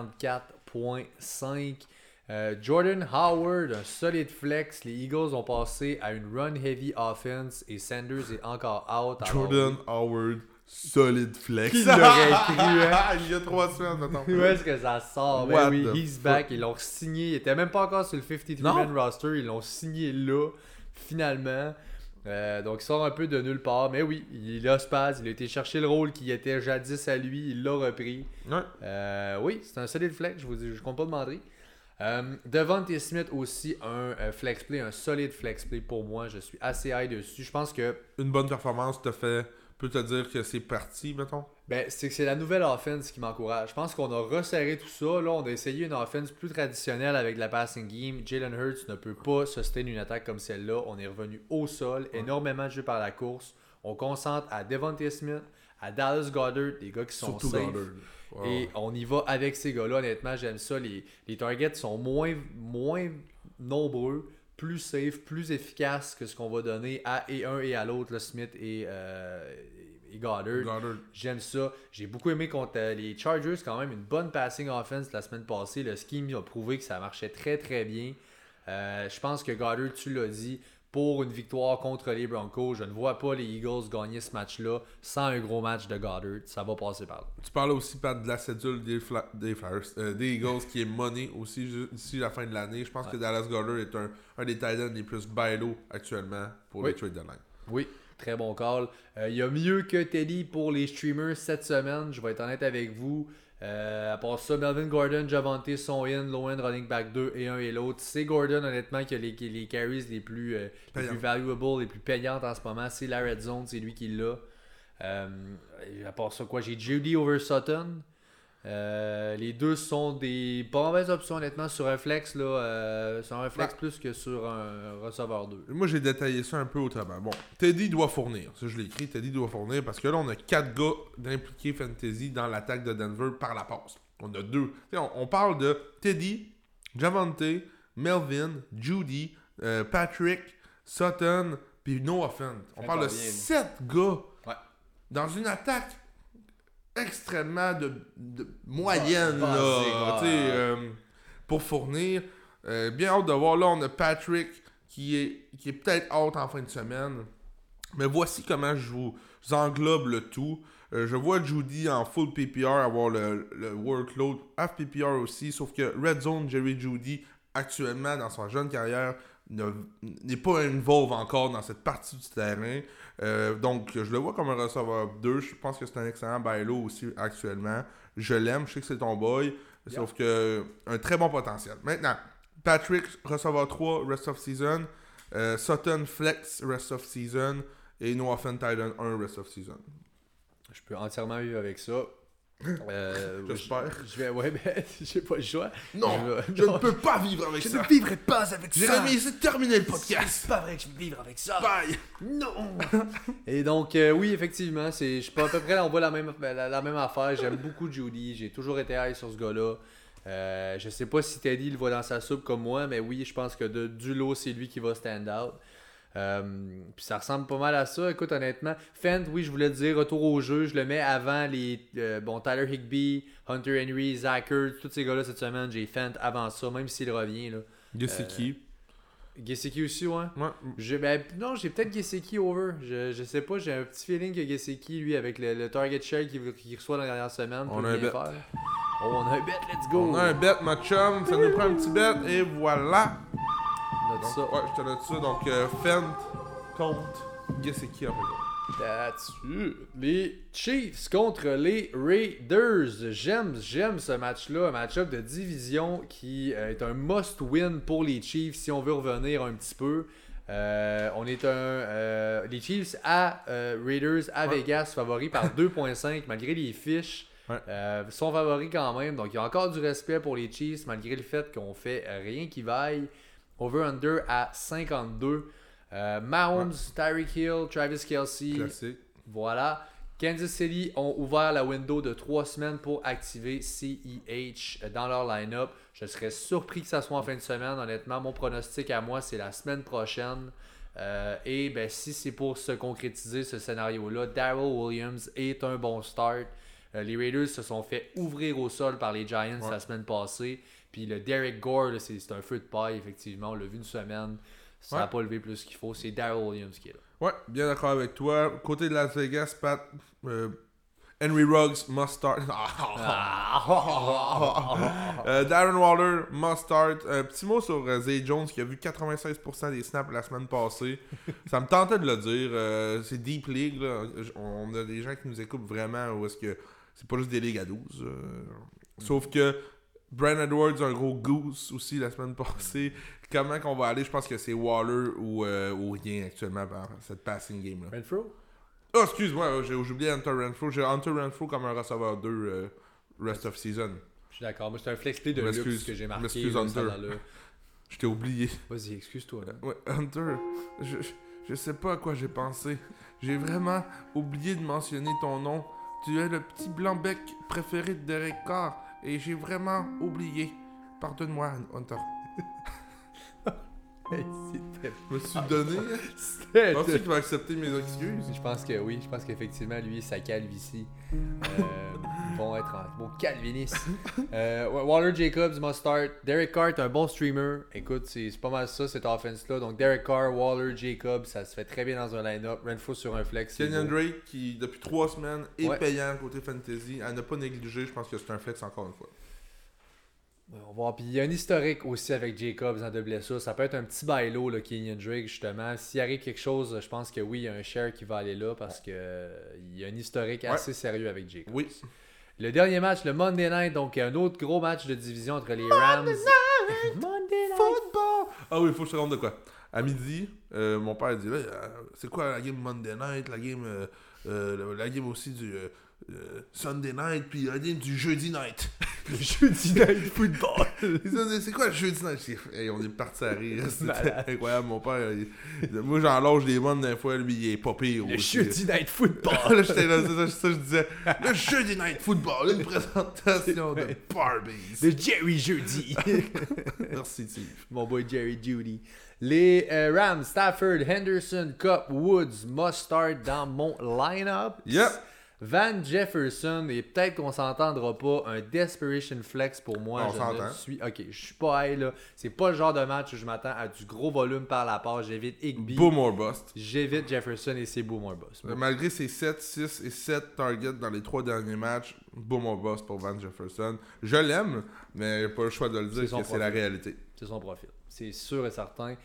44.5. Jordan Howard, un solide flex. Les Eagles ont passé à une run-heavy offense et Sanders est encore out. Jordan Howard, solide flex. Qui l'aurait cru, hein? Il y a 3 semaines, attends. Où est-ce que ça sort? Ben oui, he's back. Ils l'ont signé. Il était même pas encore sur le 53-man roster. Ils l'ont signé là, finalement. Donc, il sort un peu de nulle part. Mais oui, il a Spaz. Il a été chercher le rôle qui était jadis à lui. Il l'a repris. Ouais. Oui, c'est un solide flex. Je compte pas demander. Devontae Smith aussi, un flex play, un solide flex play pour moi. Je suis assez high dessus. Je pense que une bonne performance peut te dire que c'est parti, mettons? Ben, c'est que c'est la nouvelle offense qui m'encourage. Je pense qu'on a resserré tout ça. Là, on a essayé une offense plus traditionnelle avec la passing game. Jalen Hurts ne peut pas sustain une attaque comme celle-là. On est revenu au sol, énormément de jeux par la course. On concentre à Devontae Smith, à Dallas Goedert, des gars qui sont surtout safe. Goddard. Wow. Et on y va avec ces gars-là. Honnêtement, j'aime ça. Les targets sont moins nombreux, plus safe, plus efficaces que ce qu'on va donner à un et à l'autre, là, Smith et Goddard. J'aime ça. J'ai beaucoup aimé contre les Chargers, quand même une bonne passing offense la semaine passée. Le scheme a prouvé que ça marchait très très bien. Je pense que Goddard, tu l'as dit, pour une victoire contre les Broncos, je ne vois pas les Eagles gagner ce match-là sans un gros match de Goddard. Ça va passer par là. Tu parlais aussi pas de la cédule des Eagles qui est money aussi d'ici la fin de l'année. Je pense que Dallas Goedert est un des Titans les plus bailo actuellement pour les trade deadline. Oui. Très bon call. Il y a mieux que Teddy pour les streamers cette semaine. Je vais être honnête avec vous. À part ça, Melvin Gordon, Javonte sont low-end running back 2 et un et l'autre. C'est Gordon, honnêtement, qui a les carries les plus valuable, les plus payantes en ce moment. C'est la red zone, c'est lui qui l'a. À part ça, j'ai Judy over Sutton. Les deux sont des pas mauvaises options, honnêtement, sur un flex. Sur un flex plus que sur un receveur 2. Moi, j'ai détaillé ça un peu autrement. Bon, Teddy doit fournir. Ça, je l'ai écrit. Teddy doit fournir parce que là, on a 4 gars d'impliqués fantasy dans l'attaque de Denver par la passe. On a 2. On parle de Teddy, Javonte, Melvin, Judy, Patrick, Sutton, puis Noah Fant. On parle de 7 gars dans une attaque extrêmement de moyenne pour fournir. Bien hâte de voir. Là, on a Patrick qui est peut-être out en fin de semaine. Mais voici comment je vous englobe le tout. Je vois Judy en full PPR avoir le workload, half PPR aussi, sauf que Red Zone, Jerry Judy, actuellement dans sa jeune carrière, n'est pas involve encore dans cette partie du terrain. Donc, je le vois comme un receveur 2. Je pense que c'est un excellent bailo aussi actuellement. Je l'aime, je sais que c'est ton boy. Sauf que un très bon potentiel. Maintenant, Patrick, receveur 3, rest of season. Sutton, flex, rest of season. Et Noah Fant, Titan 1, rest of season. Je peux entièrement vivre avec ça. J'espère. J'ai pas le choix. Non, je ne peux pas vivre avec ça. Je ne vivrai pas avec ça. Jérémy, c'est terminé le podcast. C'est pas vrai que je vais vivre avec ça. Bye. Non. Et donc, oui, effectivement, je suis pas à peu près, on voit la même affaire. J'aime beaucoup Judy. J'ai toujours été high sur ce gars-là. Je sais pas si Teddy le voit dans sa soupe comme moi, mais oui, je pense que du lot, c'est lui qui va stand out. Puis ça ressemble pas mal à ça. Écoute, honnêtement, Fent, oui, je voulais te dire, retour au jeu, je le mets avant les Tyler Higbee, Hunter Henry, Zach Ertz, tous ces gars-là cette semaine, j'ai Fent avant ça, même s'il revient là. Gesicki. Gesicki aussi, ouais. Ouais. Non, j'ai peut-être Gesicki over. Je sais pas, j'ai un petit feeling que Gesicki, lui, avec le target share qu'il reçoit dans la dernière semaine, on a un bet. Faire. Oh, on a un bet, let's go! On a un bet, ma chum, ça nous prend un petit bet, et voilà! Note ça. Ouais, je te note ça. Donc, Fent contre Gesicki après ça. That's it. Les Chiefs contre les Raiders. J'aime ce match-là, un match-up de division qui est un must-win pour les Chiefs si on veut revenir un petit peu. On est les Chiefs à Raiders à Vegas favoris par 2.5 malgré les fiches. Sont favoris quand même, donc il y a encore du respect pour les Chiefs malgré le fait qu'on fait rien qui vaille. Over-under à 52. Mahomes, Tyreek Hill, Travis Kelce. Classique. Voilà. Kansas City ont ouvert la window de 3 semaines pour activer CEH dans leur line-up. Je serais surpris que ça soit en fin de semaine. Honnêtement, mon pronostic à moi, c'est la semaine prochaine. Et ben, si c'est pour se concrétiser ce scénario-là, Darrell Williams est un bon start. Les Raiders se sont fait ouvrir au sol par les Giants la semaine passée. Puis le Derek Gore, là, c'est un feu de paille, effectivement. On l'a vu une semaine. Ça n'a pas levé plus qu'il faut. C'est Darrell Williams qui est là. Ouais, bien d'accord avec toi. Côté de Las Vegas, Pat, Henry Ruggs must start. Darren Waller must start. Un petit mot sur Zay Jones qui a vu 96% des snaps la semaine passée. Ça me tentait de le dire. C'est Deep League. Là. On a des gens qui nous écoutent vraiment où est-ce que c'est pas juste des ligues à 12. Sauf que Bryan Edwards a un gros goose aussi la semaine passée. Comment qu'on va aller? Je pense que c'est Waller ou rien actuellement par cette passing game-là. Renfro? Oh, excuse-moi, j'ai oublié Hunter Renfro. J'ai Hunter Renfro comme un receveur 2 rest of season. Je suis d'accord. Moi, c'est un flex play de luxe que j'ai marqué. M'excuse, Hunter. Je t'ai oublié. Vas-y, excuse-toi. Là. Ouais, Hunter, je sais pas à quoi j'ai pensé. J'ai vraiment oublié de mentionner ton nom. Tu es le petit blanc-bec préféré de Derek Carr. Et j'ai vraiment oublié. Pardonne-moi, Hunter. Je me suis donné. Penses-tu qu'il va accepter mes excuses? Je pense que oui. Je pense qu'effectivement, lui et sa calvitie vont être en mot calviniste. Waller Jacobs must start. Derek Carr est un bon streamer. Écoute, c'est pas mal ça, cette offense-là. Donc, Derek Carr, Waller, Jacobs, ça se fait très bien dans un line-up. Renfro sur un flex. Kenyon Drake, qui depuis 3 semaines est payant côté fantasy, à ne pas négliger. Je pense que c'est un flex encore une fois. On va voir. Puis il y a un historique aussi avec Jacobs en de blessure. Ça peut être un petit bailo, là, Kenyon Drake, justement. S'il arrive quelque chose, je pense que oui, il y a un share qui va aller là parce que il y a un historique assez sérieux avec Jacobs. Oui. Le dernier match, le Monday Night, donc un autre gros match de division entre les Rams. Monday Night Football! Ah oui, il faut que je te rende de quoi. À midi, mon père dit là, c'est quoi la game Monday Night, la game aussi du Sunday Night, puis la game du Jeudi Night. Le Jeudi Night Football. C'est quoi le Jeudi Night? Hey, on est parti à rire. C'était incroyable. Mon père, moi j'en loge des bonnes d'un fois, lui il est pas pire. Le Jeudi Night Football. Là, j'étais là, c'est ça, je disais. Le Jeudi Night Football, une présentation de Barbies. Le Jerry Jeudi. Merci, Steve. Mon boy Jerry Judy. Les Rams, Stafford, Henderson, Cup, Woods, must start dans mon line-up. Yep. Van Jefferson, et peut-être qu'on s'entendra pas, un desperation flex pour moi. Ok, je suis pas high là. C'est pas le genre de match où je m'attends à du gros volume par la part. J'évite Higbee. Boom or bust. J'évite Jefferson et c'est boom or bust. Malgré ses 7, 6 et 7 targets dans les 3 derniers matchs, boom or bust pour Van Jefferson. Je l'aime, mais j'ai pas le choix de le dire que c'est la réalité. C'est son profil. C'est sûr et certain.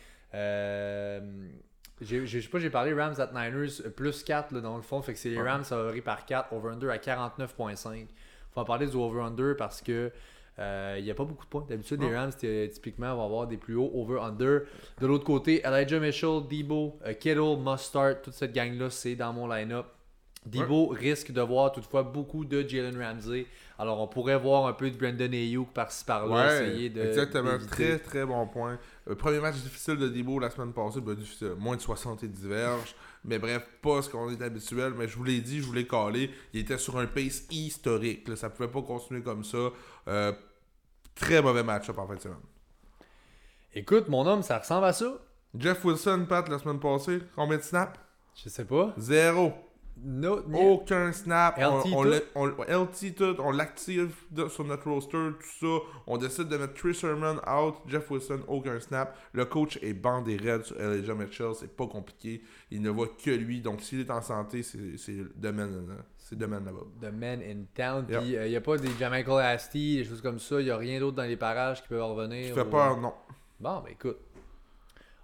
Je sais pas, j'ai parlé Rams at Niners plus 4 là, dans le fond, fait que c'est les Rams favoris par 4, over-under à 49.5. Faut en parler du over-under parce que il n'y a pas beaucoup de points. D'habitude, les Rams typiquement vont avoir des plus hauts over-under. De l'autre côté, Elijah Mitchell, Debo, Kittle, Mustard, toute cette gang-là, c'est dans mon line-up. Debo risque de voir toutefois beaucoup de Jalen Ramsey. Alors, on pourrait voir un peu de Brandon Ayuk par-ci par-là, essayer de. Exactement, très très bon point. Premier match difficile de Debo la semaine passée, difficile, moins de 70 verges. Mais bref, pas ce qu'on est habituel. Mais je vous l'ai dit, je vous l'ai calé. Il était sur un pace historique. Là, ça pouvait pas continuer comme ça. Très mauvais match-up en fin de semaine. Écoute, mon homme, ça ressemble à ça. Jeff Wilson, Pat, la semaine passée, combien de snaps? Je sais pas. 0. Aucun snap. LT tout. On l'active sur notre roster, tout ça. On décide de mettre Trey Sermon out. Jeff Wilson, aucun snap. Le coach est bandé raide sur Elijah Mitchell. C'est pas compliqué. Il ne voit que lui. Donc, s'il est en santé, c'est le domaine là-bas. The man in town. Puis, il n'y a pas des Jamichael Asti, des choses comme ça. Il n'y a rien d'autre dans les parages qui peuvent revenir. Tu fais peur, non. Bon, ben écoute.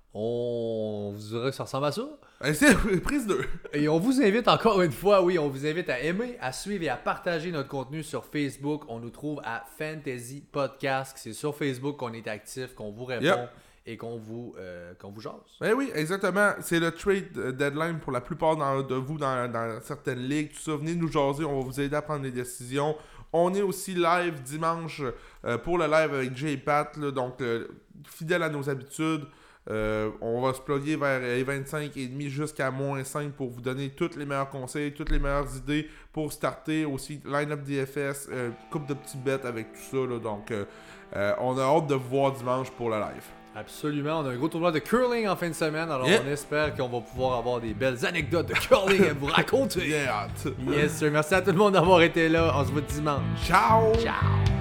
On vous dirait que ça ressemble à ça. C'est prise 2. Et on vous invite encore une fois, oui, on vous invite à aimer, à suivre et à partager notre contenu sur Facebook. On nous trouve à Fantasy Podcast. C'est sur Facebook qu'on est actif, qu'on vous répond et qu'on vous jase. Ben oui, exactement. C'est le trade deadline pour la plupart de vous dans certaines ligues. Tout ça, venez nous jaser, on va vous aider à prendre des décisions. On est aussi live dimanche pour le live avec Jay et Pat, là, donc fidèle à nos habitudes. On va se plugger vers les 25,5 jusqu'à -5 pour vous donner tous les meilleurs conseils, toutes les meilleures idées pour starter. Aussi, line-up DFS, coupe de petites bêtes avec tout ça. Là, donc, on a hâte de vous voir dimanche pour le live. Absolument, on a un gros tournoi de curling en fin de semaine, alors on espère qu'on va pouvoir avoir des belles anecdotes de curling à vous raconter. Yes sir, merci à tout le monde d'avoir été là, on se voit dimanche. Ciao! Ciao!